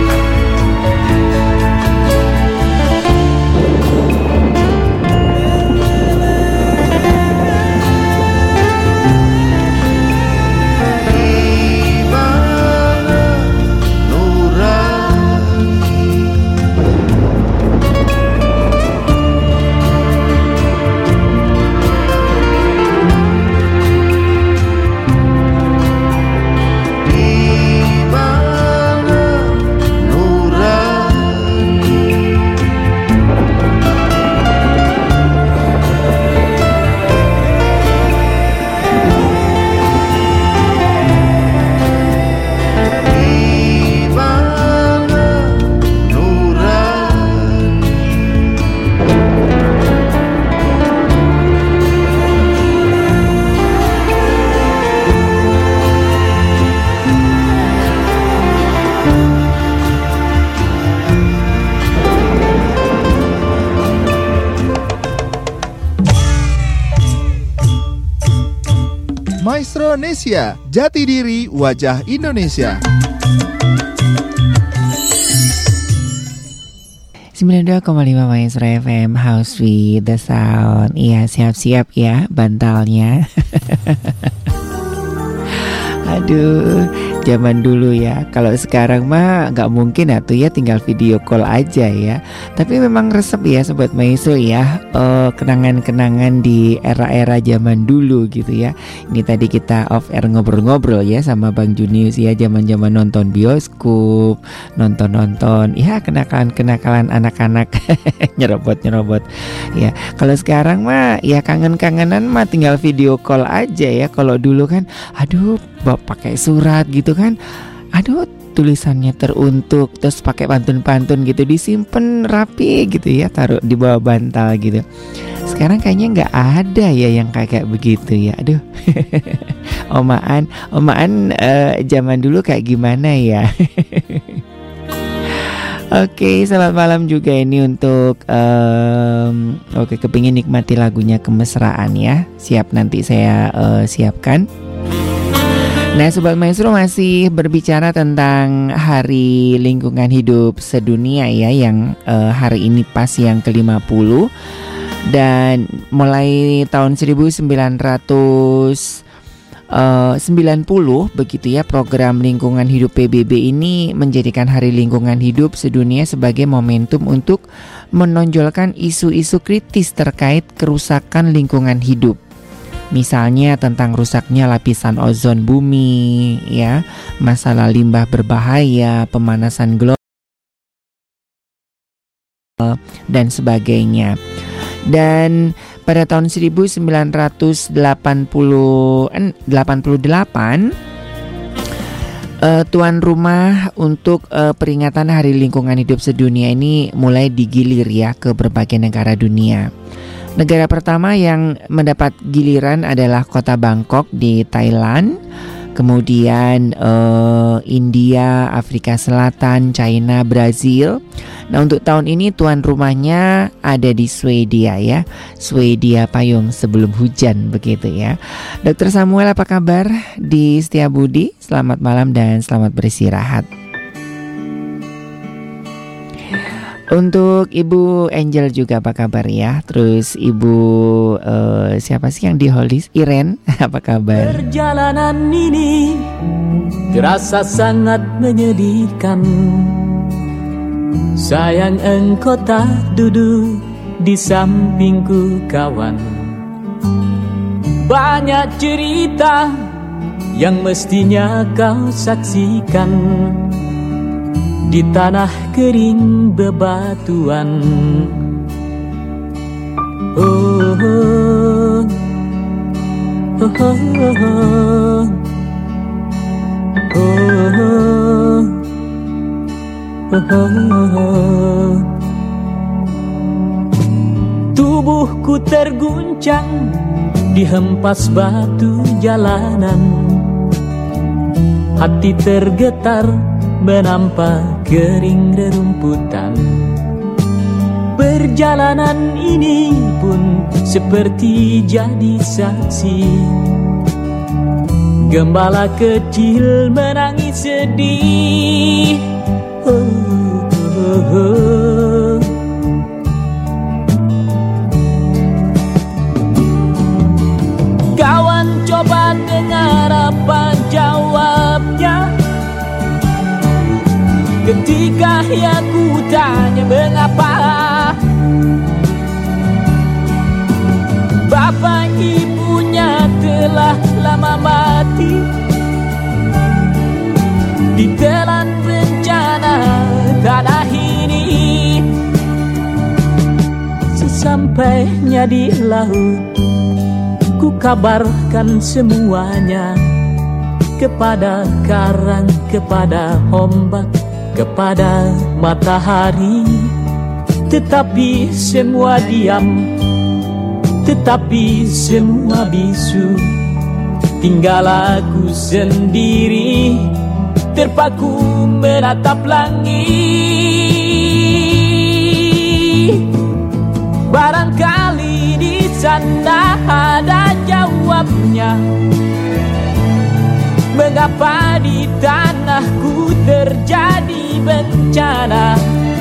Di mana nurani? Di mana Maestronesia, jati diri wajah Indonesia. 92,5 Maestro FM, House with the Sound. Iya, siap-siap ya bantalnya. Aduh, zaman dulu ya. Kalau sekarang mah nggak mungkin atuh ya, tinggal video call aja ya. Tapi memang resep ya Sobat Maestro ya, kenangan-kenangan di era-era zaman dulu gitu ya. Ini tadi kita off air ngobrol-ngobrol ya sama Bang Junius ya, zaman-zaman nonton bioskop, nonton-nonton ya, kenakalan-kenakalan anak-anak nyerobot-nyerobot ya. Kalau sekarang mah ya kangen-kangenan mah tinggal video call aja ya. Kalau dulu kan aduh pakai surat gitu kan, aduh tulisannya teruntuk, terus pakai pantun-pantun gitu, disimpan rapi gitu ya, taruh di bawah bantal gitu. Sekarang kayaknya nggak ada ya yang kayak begitu ya. Aduh, omaan zaman dulu kayak gimana ya? Oke, selamat malam juga ini untuk oke, kepingin nikmati lagunya Kemesraan ya. Siap, nanti saya siapkan. Nah, Sobat Maestro masih berbicara tentang Hari Lingkungan Hidup Sedunia ya, yang hari ini pas yang ke-50. Dan mulai tahun 1990 begitu ya, program Lingkungan Hidup PBB ini menjadikan Hari Lingkungan Hidup Sedunia sebagai momentum untuk menonjolkan isu-isu kritis terkait kerusakan lingkungan hidup. Misalnya tentang rusaknya lapisan ozon bumi, ya, masalah limbah berbahaya, pemanasan global, dan sebagainya. Dan pada tahun 1988, tuan rumah untuk peringatan Hari Lingkungan Hidup Sedunia ini mulai digilir ya ke berbagai negara dunia. Negara pertama yang mendapat giliran adalah kota Bangkok di Thailand, kemudian India, Afrika Selatan, China, Brazil. Nah, untuk tahun ini tuan rumahnya ada di Swedia ya, Swedia payung sebelum hujan begitu ya. Dr. Samuel, apa kabar di Setiabudi? Selamat malam dan selamat beristirahat. Untuk Ibu Angel juga apa kabar ya? Terus Ibu siapa sih yang di Holis? Iren, apa kabar? Perjalanan ini terasa sangat menyedihkan. Sayang engkau tak duduk di sampingku kawan. Banyak cerita yang mestinya kau saksikan di tanah kering bebatuan. Oh, oh, oh, oh, oh, oh, oh. Tubuhku terguncang dihempas batu jalanan. Hati tergetar menampak kering rerumputan. Perjalanan ini pun seperti jadi saksi. Gembala kecil menangis sedih. Oh, oh, oh. Kawan coba dengar apa jawabnya ketika aku tanya mengapa bapak ibunya telah lama mati ditelan bencana tanah ini. Sesampainya di laut, ku kabarkan semuanya kepada karang, kepada ombak, kepada matahari. Tetapi semua diam, tetapi semua bisu. Tinggal aku sendiri terpaku menatap langit. Barangkali di sana ada jawabnya. Mengapa di tanahku terjadi bencana?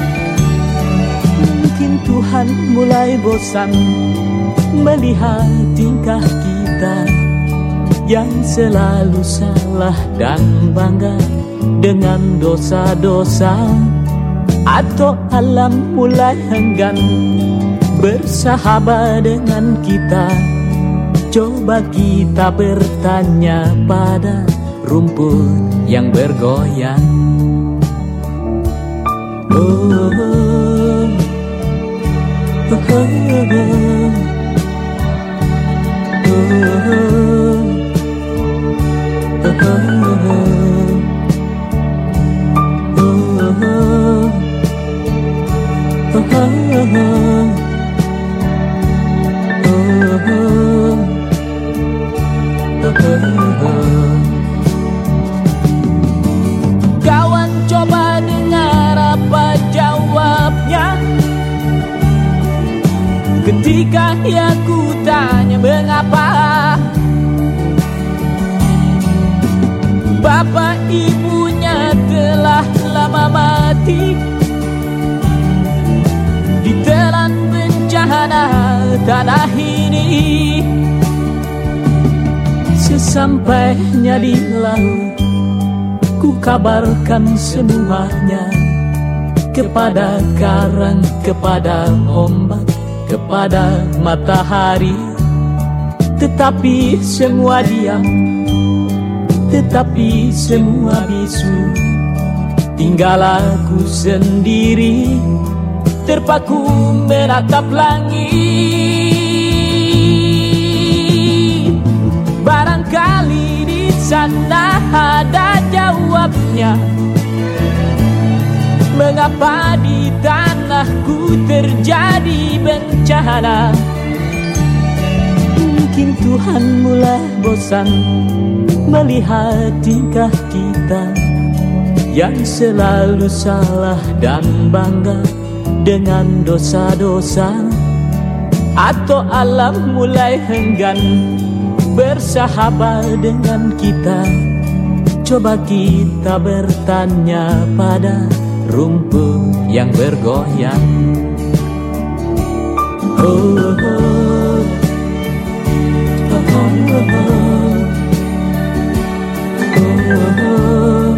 Mungkin Tuhan mulai bosan melihat tingkah kita yang selalu salah dan bangga dengan dosa-dosa. Atau alam mulai enggan bersahabat dengan kita. Coba kita bertanya pada rumput yang bergoyang. Oh, oh, oh, oh, Kawan coba dengar apa jawab tanah ini. Sesampainya di laut, ku kabarkan semuanya kepada karang, kepada ombak, kepada matahari. Tetapi semua diam, tetapi semua bisu. Tinggal aku sendiri, terpaku menatap langit. Barangkali di sana ada jawabnya, mengapa di tanahku terjadi bencana. Mungkin Tuhan mulai bosan melihat tingkah kita yang selalu salah dan bangga dengan dosa-dosa. Atau alam mulai enggan bersahabat dengan kita. Coba kita bertanya pada rumput yang bergoyang. Oh, oh, oh. Oh, oh, oh. Oh, oh, oh.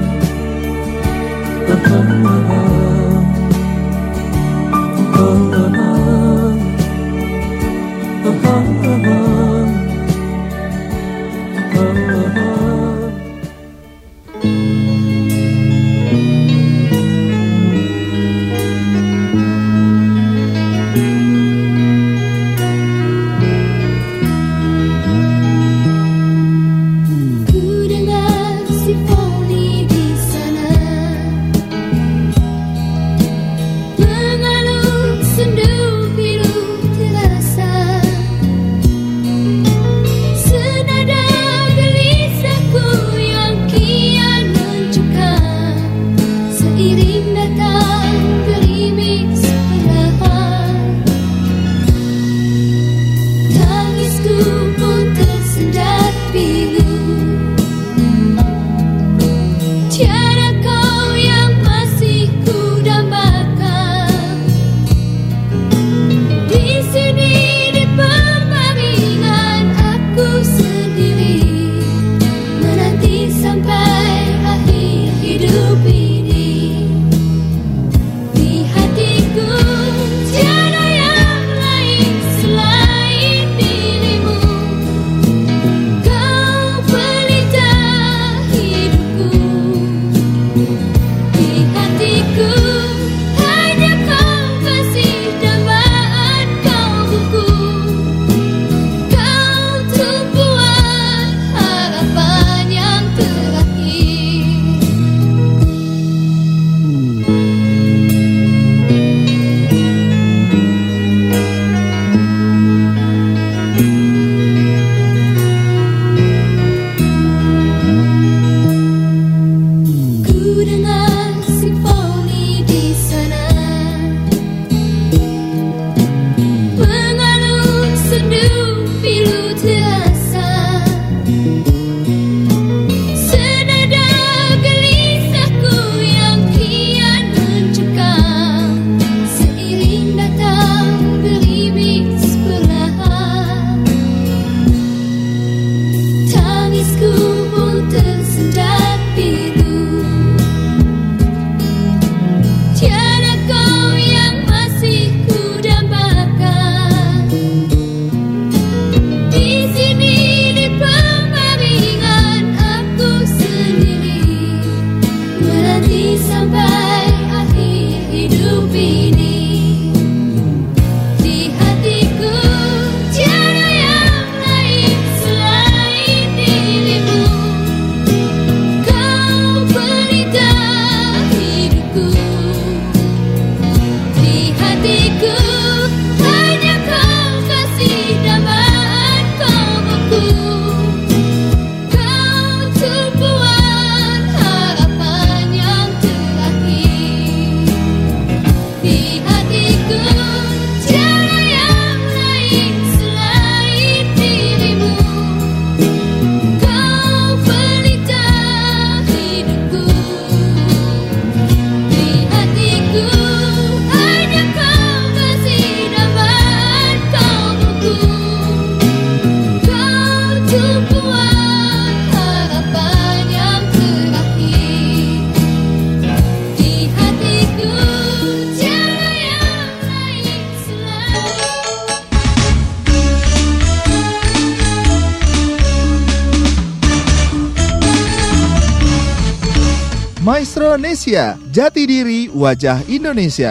Indonesia. Jati diri wajah Indonesia.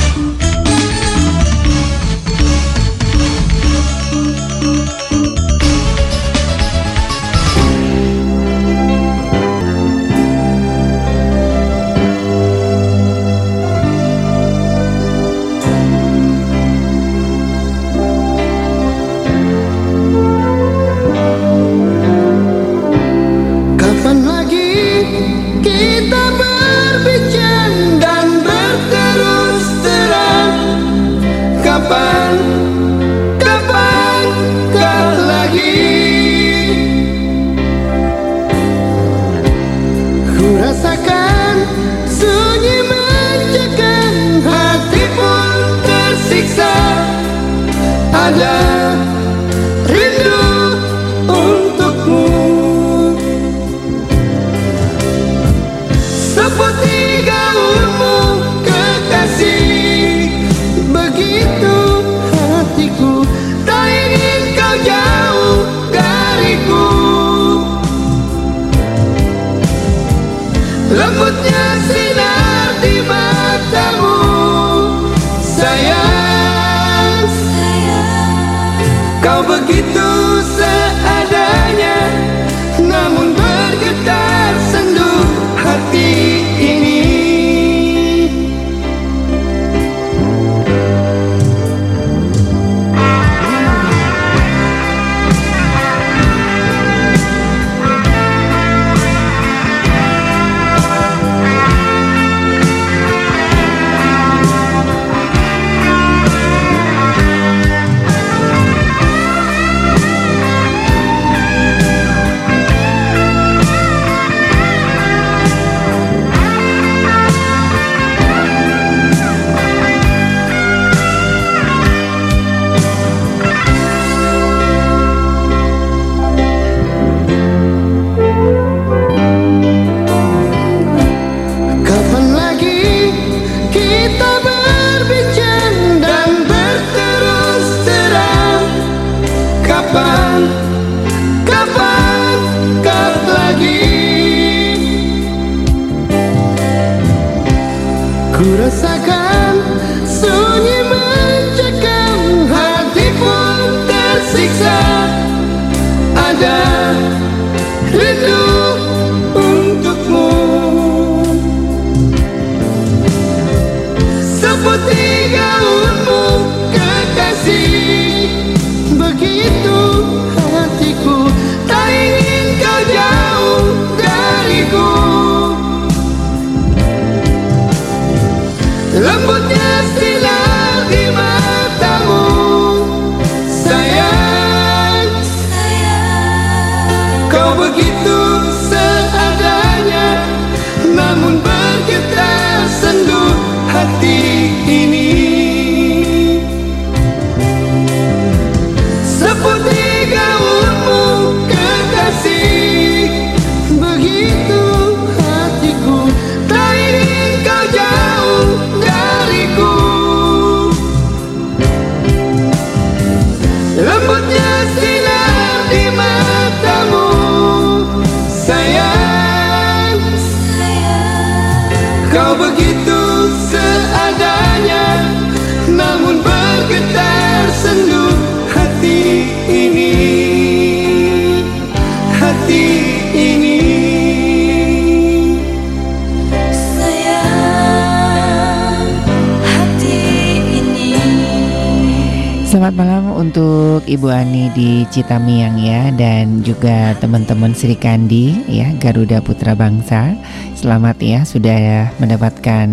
Selamat malam untuk Ibu Ani di Citamiang ya, dan juga teman-teman Sri Kandi ya, Garuda Putra Bangsa. Selamat ya, sudah mendapatkan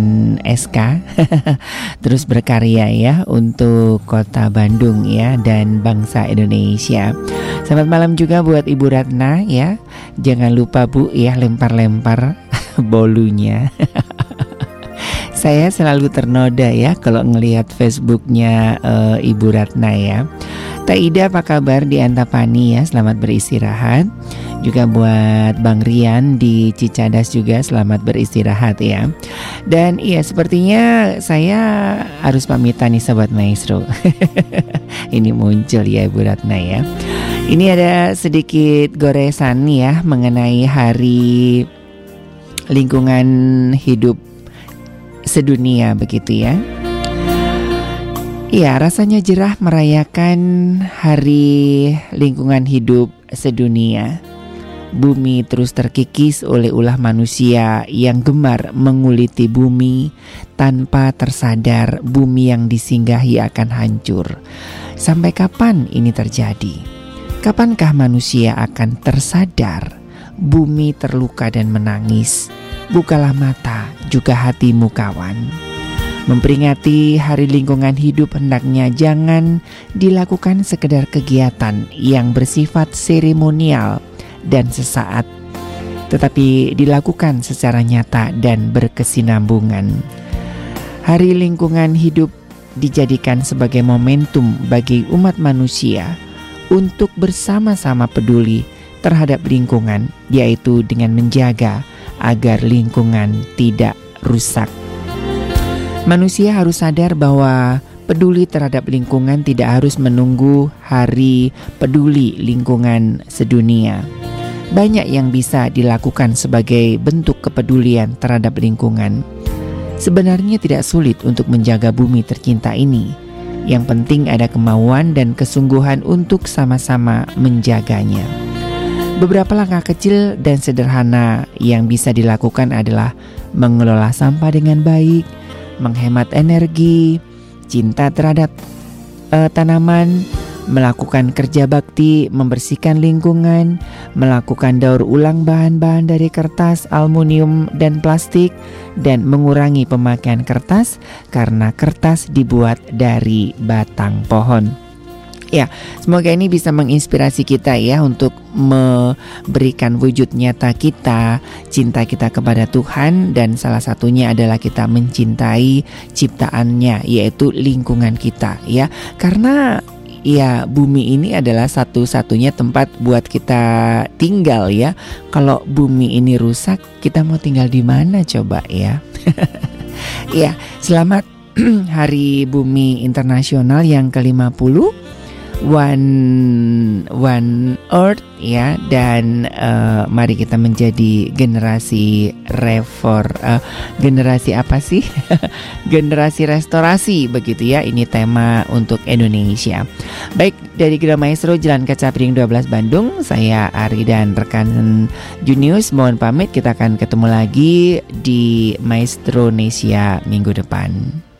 SK terus berkarya ya untuk Kota Bandung ya dan bangsa Indonesia. Selamat malam juga buat Ibu Ratna ya. Jangan lupa Bu ya, lempar-lempar bolunya. Saya selalu ternoda ya kalau ngelihat Facebooknya Ibu Ratna ya. Teh Ida apa kabar di Antapani ya, selamat beristirahat. Juga buat Bang Rian di Cicadas juga selamat beristirahat ya. Dan iya, sepertinya saya harus pamitan nih Sobat Maestro. Ini muncul ya Ibu Ratna ya. Ini ada sedikit goresan ya mengenai Hari Lingkungan Hidup sedunia begitu ya. Ya, rasanya gerah merayakan Hari Lingkungan Hidup Sedunia. Bumi terus terkikis oleh ulah manusia yang gemar menguliti bumi. Tanpa tersadar, bumi yang disinggahi akan hancur. Sampai kapan ini terjadi? Kapankah manusia akan tersadar? Bumi terluka dan menangis. Bukalah mata, juga hatimu kawan. Memperingati Hari Lingkungan Hidup hendaknya jangan dilakukan sekedar kegiatan yang bersifat seremonial dan sesaat, tetapi dilakukan secara nyata dan berkesinambungan. Hari Lingkungan Hidup dijadikan sebagai momentum bagi umat manusia untuk bersama-sama peduli terhadap lingkungan, yaitu dengan menjaga agar lingkungan tidak rusak. Manusia harus sadar bahwa peduli terhadap lingkungan tidak harus menunggu Hari Peduli Lingkungan Sedunia. Banyak yang bisa dilakukan sebagai bentuk kepedulian terhadap lingkungan. Sebenarnya tidak sulit untuk menjaga bumi tercinta ini. Yang penting ada kemauan dan kesungguhan untuk sama-sama menjaganya. Beberapa langkah kecil dan sederhana yang bisa dilakukan adalah mengelola sampah dengan baik, menghemat energi, cinta terhadap tanaman, melakukan kerja bakti, membersihkan lingkungan, melakukan daur ulang bahan-bahan dari kertas, aluminium, dan plastik, dan mengurangi pemakaian kertas karena kertas dibuat dari batang pohon. Ya, semoga ini bisa menginspirasi kita ya untuk memberikan wujud nyata kita, cinta kita kepada Tuhan, dan salah satunya adalah kita mencintai ciptaannya, yaitu lingkungan kita ya. Karena ya bumi ini adalah satu-satunya tempat buat kita tinggal ya. Kalau bumi ini rusak, kita mau tinggal di mana coba ya? Ya, selamat Hari Bumi Internasional yang ke-50. One Earth ya, dan mari kita menjadi generasi generasi apa sih? Generasi restorasi begitu ya. Ini tema untuk Indonesia. Baik, dari Gila Maestro Jalan Kaca Piring 12 Bandung, saya Ari dan rekan Junius mohon pamit. Kita akan ketemu lagi di Maestronesia minggu depan.